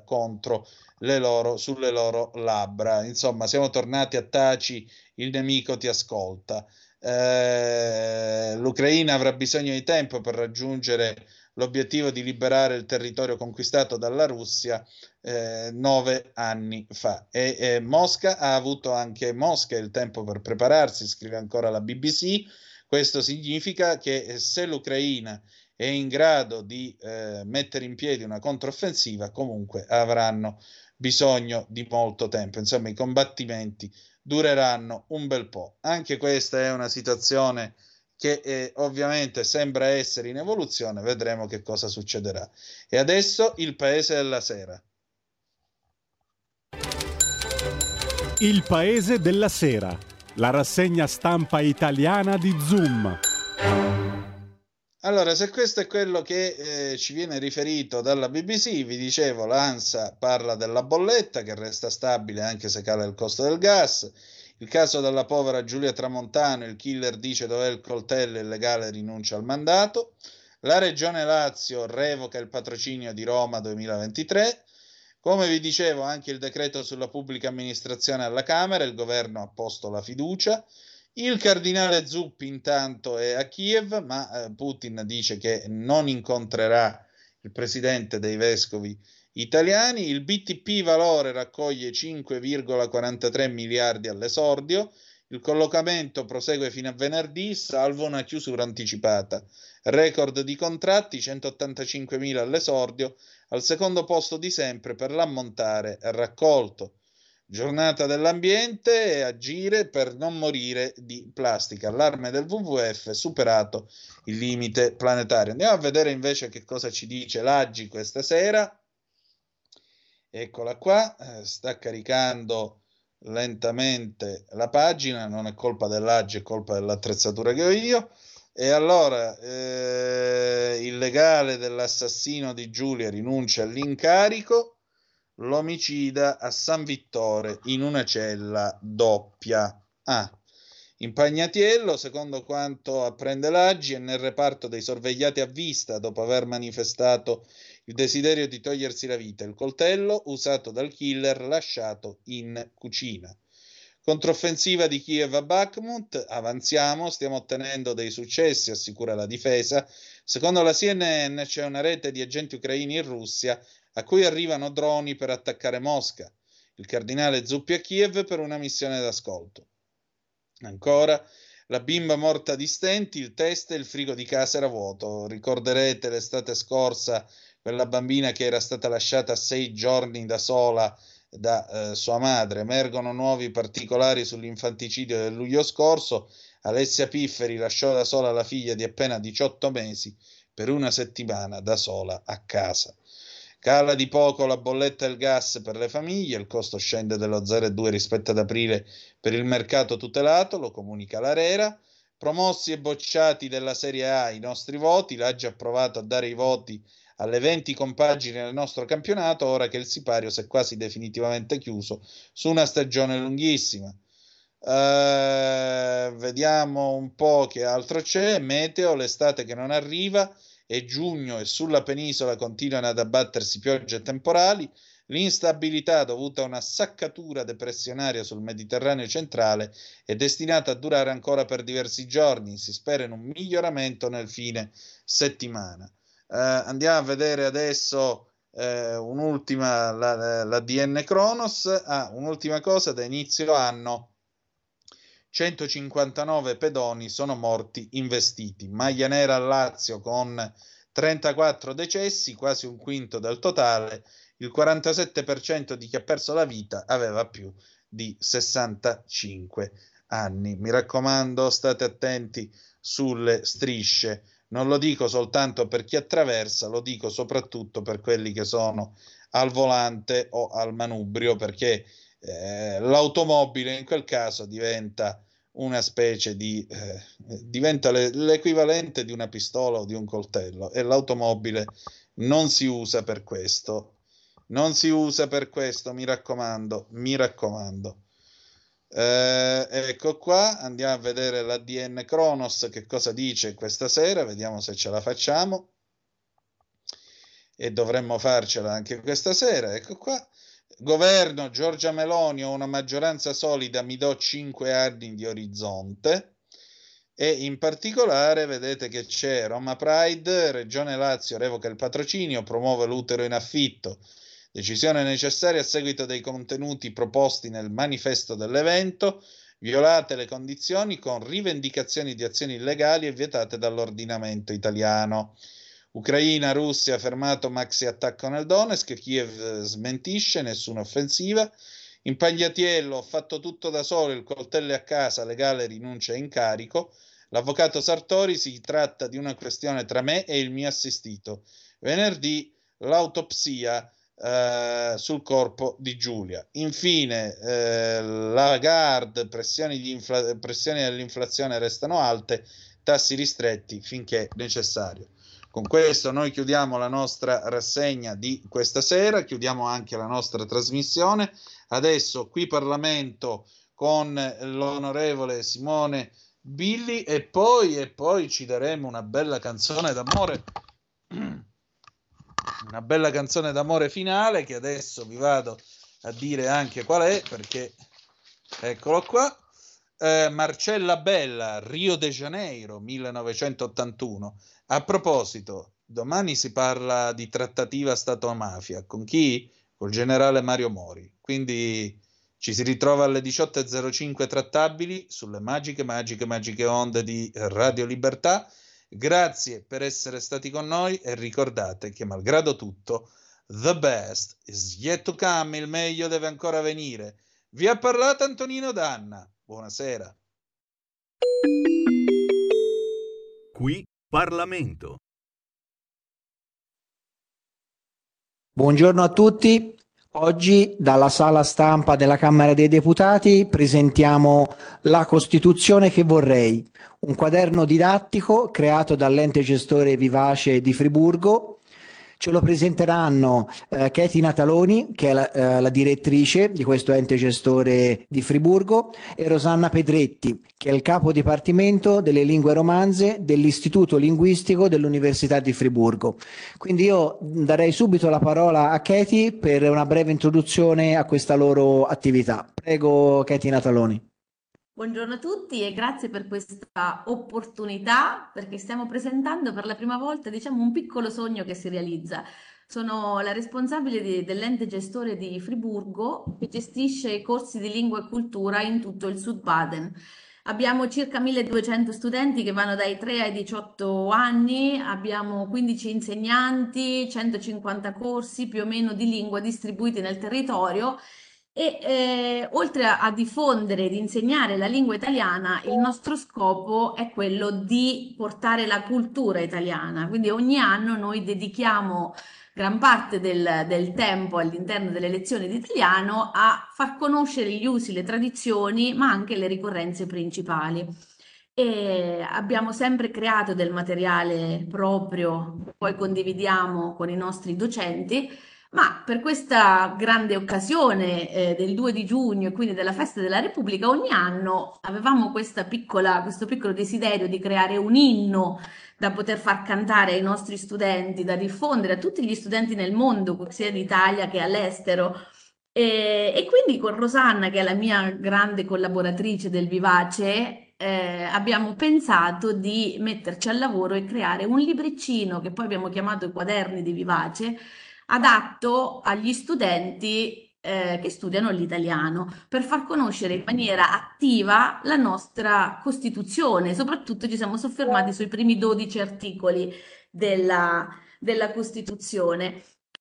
sulle loro labbra. Insomma, siamo tornati a taci, il nemico ti ascolta. L'Ucraina avrà bisogno di tempo per raggiungere l'obiettivo di liberare il territorio conquistato dalla Russia 9 anni fa. E Mosca ha avuto anche il tempo per prepararsi, scrive ancora la BBC. Questo significa che se l'Ucraina è in grado di mettere in piedi una controffensiva, comunque avranno bisogno di molto tempo. Insomma, i combattimenti dureranno un bel po'. Anche questa è una situazione che ovviamente sembra essere in evoluzione, vedremo che cosa succederà. E adesso il Paese della Sera. Il Paese della Sera, la rassegna stampa italiana di Zoom. Allora, se questo è quello che ci viene riferito dalla BBC, vi dicevo, l'ANSA parla della bolletta che resta stabile anche se cala il costo del gas. Il caso della povera Giulia Tramontano, il killer dice dov'è il coltello, il legale rinuncia al mandato. La Regione Lazio revoca il patrocinio di Roma 2023. Come vi dicevo, anche il decreto sulla pubblica amministrazione alla Camera, il governo ha posto la fiducia. Il cardinale Zuppi intanto è a Kiev, ma Putin dice che non incontrerà il presidente dei vescovi italiani. Il BTP Valore raccoglie 5,43 miliardi all'esordio. Il collocamento prosegue fino a venerdì, salvo una chiusura anticipata. Record di contratti, 185.000 all'esordio, al secondo posto di sempre per l'ammontare raccolto. Giornata dell'ambiente e agire per non morire di plastica. Allarme del WWF, superato il limite planetario. Andiamo a vedere invece che cosa ci dice l'Aggi questa sera. Eccola qua, sta caricando lentamente la pagina, non è colpa dell'Aggi, è colpa dell'attrezzatura che ho io. E allora, il legale dell'assassino di Giulia rinuncia all'incarico. L'omicida a San Vittore in una cella doppia. In Pagnatiello, secondo quanto apprende l'Aggi, è nel reparto dei sorvegliati a vista dopo aver manifestato il desiderio di togliersi la vita, il coltello usato dal killer lasciato in cucina. Controffensiva di Kiev a Bakhmut, avanziamo, stiamo ottenendo dei successi, assicura la difesa. Secondo la CNN c'è una rete di agenti ucraini in Russia a cui arrivano droni per attaccare Mosca. Il cardinale Zuppi a Kiev per una missione d'ascolto. Ancora, la bimba morta di stenti, il test e il frigo di casa era vuoto. Ricorderete l'estate scorsa quella bambina che era stata lasciata 6 giorni da sola da sua madre. Emergono nuovi particolari sull'infanticidio del luglio scorso. Alessia Pifferi lasciò da sola la figlia di appena 18 mesi per una settimana da sola a casa. Cala di poco la bolletta del gas per le famiglie, il costo scende dello 0,2 rispetto ad aprile per il mercato tutelato, lo comunica l'Arera. Promossi e bocciati della Serie A i nostri voti, l'ha già provato a dare i voti alle 20 compagini del nostro campionato, ora che il sipario si è quasi definitivamente chiuso su una stagione lunghissima. Vediamo un po' che altro c'è. Meteo, l'estate che non arriva, è giugno e sulla penisola continuano ad abbattersi piogge temporali. L'instabilità dovuta a una saccatura depressionaria sul Mediterraneo centrale è destinata a durare ancora per diversi giorni. Si spera in un miglioramento nel fine settimana. Andiamo a vedere adesso un'ultima, la DN Kronos. Un'ultima cosa, da inizio anno 159 pedoni sono morti investiti. Maglia nera al Lazio con 34 decessi, quasi un quinto del totale. Il 47% di chi ha perso la vita aveva più di 65 anni. Mi raccomando, state attenti sulle strisce. Non lo dico soltanto per chi attraversa, lo dico soprattutto per quelli che sono al volante o al manubrio, perché l'automobile in quel caso diventa una specie di diventa l'equivalente di una pistola o di un coltello, e l'automobile non si usa per questo, mi raccomando. Ecco qua, andiamo a vedere la DN Kronos che cosa dice questa sera, vediamo se ce la facciamo, e dovremmo farcela anche questa sera. Ecco qua: governo Giorgia Meloni, ho una maggioranza solida, mi do 5 anni di orizzonte. E in particolare vedete che c'è Roma Pride, Regione Lazio revoca il patrocinio, promuove l'utero in affitto, decisione necessaria a seguito dei contenuti proposti nel manifesto dell'evento, violate le condizioni con rivendicazioni di azioni illegali e vietate dall'ordinamento italiano. Ucraina, Russia, fermato maxi attacco nel Donetsk, Kiev smentisce, nessuna offensiva. In Pagliatiello, ho fatto tutto da solo, il coltello è a casa, legale rinuncia a incarico. L'avvocato Sartori, si tratta di una questione tra me e il mio assistito. Venerdì l'autopsia sul corpo di Giulia. Infine Lagarde, pressioni dell'inflazione restano alte, tassi ristretti finché necessario. Con questo noi chiudiamo la nostra rassegna di questa sera, chiudiamo anche la nostra trasmissione. Adesso qui Parlamento con l'onorevole Simone Billi e poi ci daremo una bella canzone d'amore, una bella canzone d'amore finale, che adesso vi vado a dire anche qual è, perché eccolo qua. Marcella Bella, Rio de Janeiro 1981. A proposito, domani si parla di trattativa Stato-mafia. Con chi? Col generale Mario Mori. Quindi ci si ritrova alle 18.05 trattabili sulle magiche onde di Radio Libertà. Grazie per essere stati con noi e ricordate che malgrado tutto, the best is yet to come, il meglio deve ancora venire. Vi ha parlato Antonino Danna. Buonasera. Qui Parlamento. Buongiorno a tutti. Oggi dalla sala stampa della Camera dei Deputati presentiamo La Costituzione che vorrei, un quaderno didattico creato dall'ente gestore Vivace di Friburgo, Ce lo presenteranno Katy Nataloni, che è la direttrice di questo ente gestore di Friburgo, e Rosanna Pedretti, che è il capo dipartimento delle lingue romanze dell'Istituto Linguistico dell'Università di Friburgo. Quindi io darei subito la parola a Katy per una breve introduzione a questa loro attività. Prego, Katy Nataloni. Buongiorno a tutti e grazie per questa opportunità, perché stiamo presentando per la prima volta, diciamo, un piccolo sogno che si realizza. Sono la responsabile dell'ente gestore di Friburgo, che gestisce i corsi di lingua e cultura in tutto il Sud Baden. Abbiamo circa 1200 studenti che vanno dai 3 ai 18 anni, abbiamo 15 insegnanti, 150 corsi più o meno di lingua distribuiti nel territorio. E oltre a diffondere ed insegnare la lingua italiana, il nostro scopo è quello di portare la cultura italiana. Quindi ogni anno noi dedichiamo gran parte del tempo all'interno delle lezioni di italiano a far conoscere gli usi, le tradizioni, ma anche le ricorrenze principali. E abbiamo sempre creato del materiale proprio, poi condividiamo con i nostri docenti. Ma per questa grande occasione del 2 di giugno e quindi della Festa della Repubblica, ogni anno avevamo questo piccolo desiderio di creare un inno da poter far cantare ai nostri studenti, da diffondere a tutti gli studenti nel mondo, sia in Italia che all'estero. E quindi con Rosanna, che è la mia grande collaboratrice del Vivace, abbiamo pensato di metterci al lavoro e creare un libriccino che poi abbiamo chiamato i quaderni di Vivace, adatto agli studenti che studiano l'italiano, per far conoscere in maniera attiva la nostra Costituzione. Soprattutto ci siamo soffermati sui primi 12 articoli della Costituzione.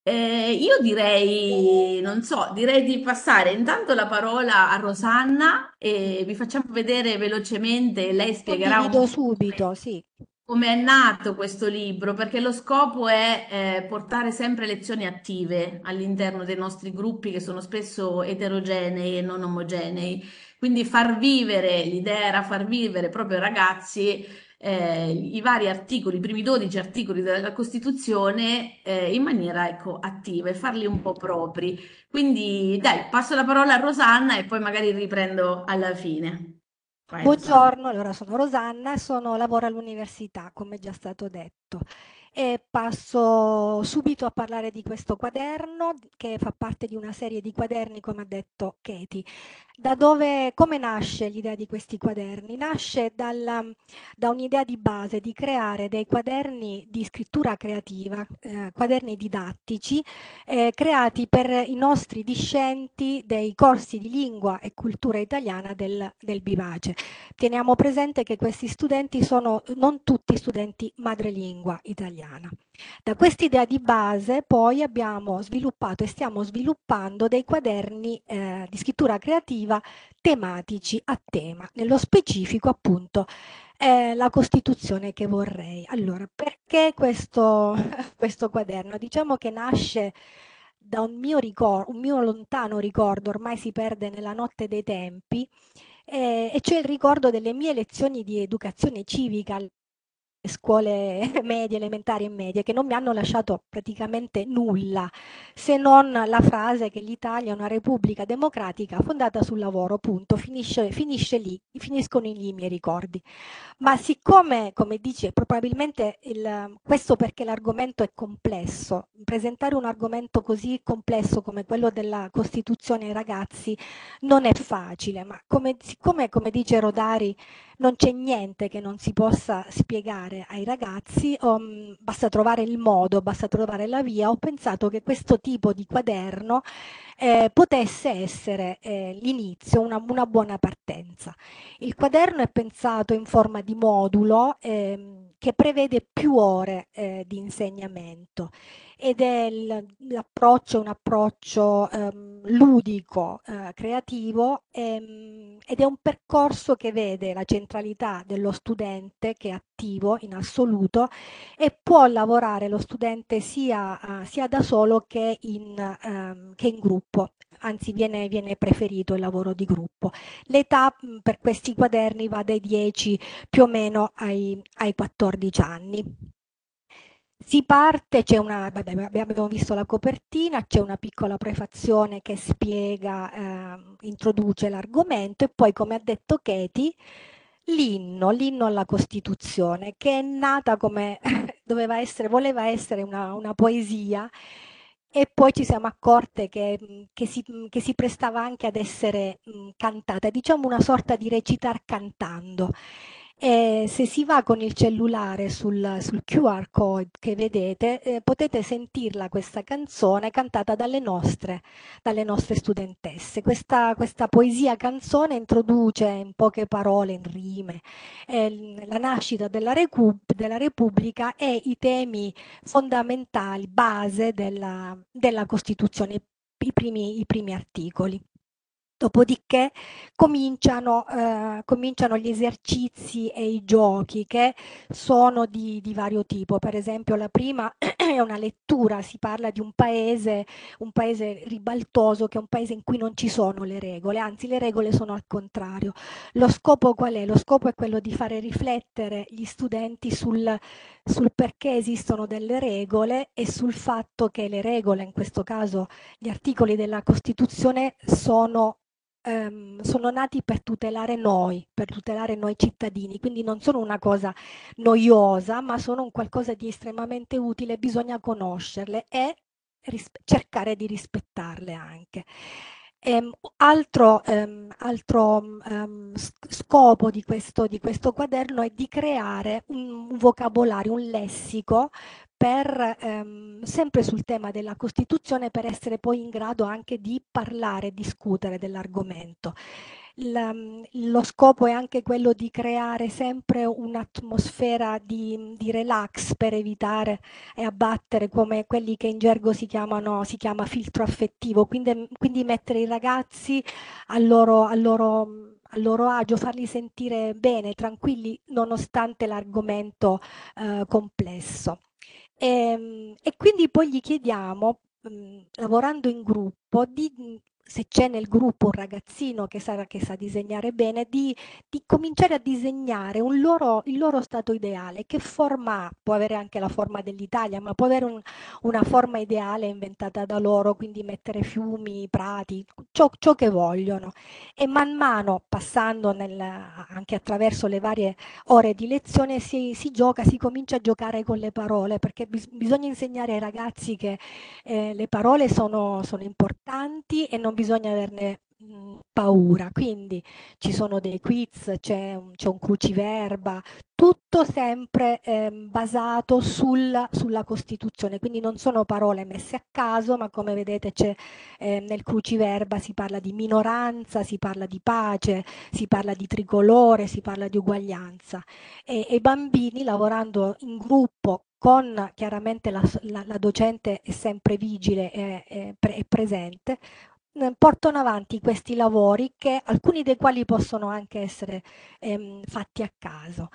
Io direi, non so, direi di passare intanto la parola a Rosanna e vi facciamo vedere velocemente, lei spiegherà un po' subito, sì. come è nato questo libro, perché lo scopo è portare sempre lezioni attive all'interno dei nostri gruppi, che sono spesso eterogenei e non omogenei. Quindi far vivere, l'idea era far vivere proprio ai ragazzi i vari articoli, i primi 12 articoli della Costituzione in maniera, ecco, attiva e farli un po' propri. Quindi dai, passo la parola a Rosanna e poi magari riprendo alla fine. Vai, Buongiorno, allora sono Rosanna, lavoro all'università, come già stato detto, e passo subito a parlare di questo quaderno che fa parte di una serie di quaderni, come ha detto Katy. Come nasce l'idea di questi quaderni? Nasce da un'idea di base di creare dei quaderni di scrittura creativa, quaderni didattici, creati per i nostri discenti dei corsi di lingua e cultura italiana del Vivace. Teniamo presente che questi studenti sono non tutti studenti madrelingua italiana. Da quest'idea di base poi abbiamo sviluppato e stiamo sviluppando dei quaderni di scrittura creativa tematici a tema, nello specifico appunto la Costituzione che vorrei. Allora, perché questo quaderno? Diciamo che nasce da un mio lontano ricordo, ormai si perde nella notte dei tempi, e cioè il ricordo delle mie lezioni di educazione civica alle scuole medie, elementari e medie, che non mi hanno lasciato praticamente nulla, se non la frase che l'Italia è una repubblica democratica fondata sul lavoro, punto, finisce lì, finiscono lì i miei ricordi. Ma siccome, come dice, probabilmente questo perché l'argomento è complesso, presentare un argomento così complesso come quello della Costituzione ai ragazzi non è facile, ma siccome, come dice Rodari, non c'è niente che non si possa spiegare ai ragazzi, basta trovare il modo, basta trovare la via, ho pensato che questo tipo di quaderno potesse essere l'inizio, una buona partenza. Il quaderno è pensato in forma di modulo che prevede più ore di insegnamento ed è un approccio ludico, creativo, ed è un percorso che vede la centralità dello studente, che è attivo in assoluto, e può lavorare lo studente sia da solo che in gruppo, anzi viene preferito il lavoro di gruppo. L'età per questi quaderni va dai 10 più o meno ai 14 anni. Si parte, abbiamo visto la copertina, c'è una piccola prefazione che spiega, introduce l'argomento e poi, come ha detto Katie, l'inno alla Costituzione, che è nata come voleva essere una poesia, e poi ci siamo accorte che si prestava anche ad essere cantata, diciamo una sorta di recitar cantando. E se si va con il cellulare sul QR code che vedete, potete sentirla questa canzone cantata dalle nostre studentesse. Questa poesia canzone introduce in poche parole, in rime, la nascita della Repubblica e i temi fondamentali, base della Costituzione, i primi articoli. Dopodiché cominciano gli esercizi e i giochi, che sono di vario tipo. Per esempio, la prima è una lettura, si parla di un paese ribaltoso, che è un paese in cui non ci sono le regole, anzi le regole sono al contrario. Lo scopo qual è? Lo scopo è quello di fare riflettere gli studenti sul perché esistono delle regole e sul fatto che le regole, in questo caso gli articoli della Costituzione, sono nati per tutelare noi cittadini, quindi non sono una cosa noiosa, ma sono un qualcosa di estremamente utile, bisogna conoscerle e cercare di rispettarle anche. Altro scopo di questo quaderno è di creare un vocabolario, un lessico, sempre sul tema della Costituzione, per essere poi in grado anche di parlare, discutere dell'argomento. Lo scopo è anche quello di creare sempre un'atmosfera di relax, per evitare e abbattere, come quelli che in gergo si chiama filtro affettivo, quindi mettere i ragazzi al loro agio, farli sentire bene, tranquilli, nonostante l'argomento complesso. E quindi poi gli chiediamo, lavorando in gruppo, se c'è nel gruppo un ragazzino che sa disegnare bene, di cominciare a disegnare il loro stato ideale. Che forma ha? Può avere anche la forma dell'Italia, ma può avere una forma ideale inventata da loro, quindi mettere fiumi, prati, ciò che vogliono. E man mano, passando anche attraverso le varie ore di lezione, si comincia a giocare con le parole, perché bisogna insegnare ai ragazzi che le parole sono importanti e non bisogna averne paura. Quindi ci sono dei quiz, c'è un cruciverba, tutto sempre basato sulla Costituzione, quindi non sono parole messe a caso, ma come vedete nel cruciverba si parla di minoranza, si parla di pace, si parla di tricolore, si parla di uguaglianza. E i bambini, lavorando in gruppo, con chiaramente la docente è sempre vigile e presente, portano avanti questi lavori, alcuni dei quali possono anche essere fatti a caso.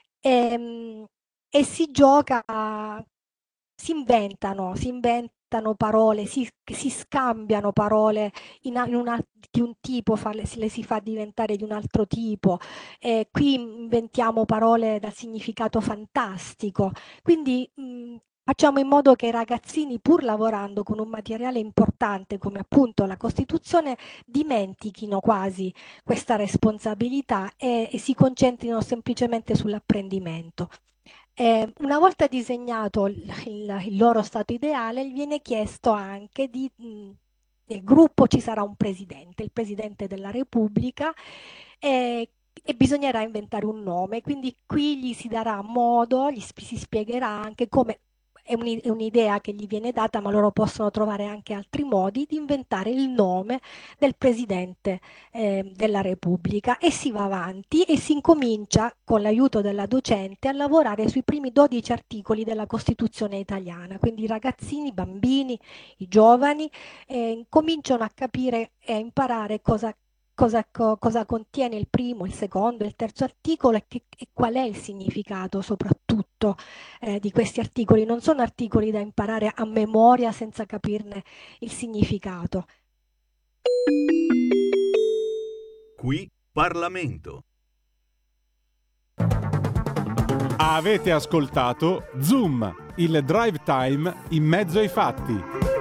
E si gioca, si inventano parole, si scambiano parole di un tipo, le si fa diventare di un altro tipo. Qui inventiamo parole dal significato fantastico. Quindi facciamo in modo che i ragazzini, pur lavorando con un materiale importante come appunto la Costituzione, dimentichino quasi questa responsabilità e si concentrino semplicemente sull'apprendimento. Una volta disegnato il loro stato ideale, gli viene chiesto anche nel gruppo ci sarà un presidente, il presidente della Repubblica, e bisognerà inventare un nome. Quindi qui gli si darà modo, si spiegherà anche come. È un'idea che gli viene data, ma loro possono trovare anche altri modi di inventare il nome del Presidente della Repubblica, e si va avanti e si incomincia, con l'aiuto della docente, a lavorare sui primi 12 articoli della Costituzione italiana. Quindi i ragazzini, i bambini, i giovani cominciano a capire e a imparare cosa contiene il primo, il secondo e il terzo articolo, e qual è il significato soprattutto di questi articoli. Non sono articoli da imparare a memoria senza capirne il significato. Qui Parlamento. Avete ascoltato Zoom, il drive time in mezzo ai fatti.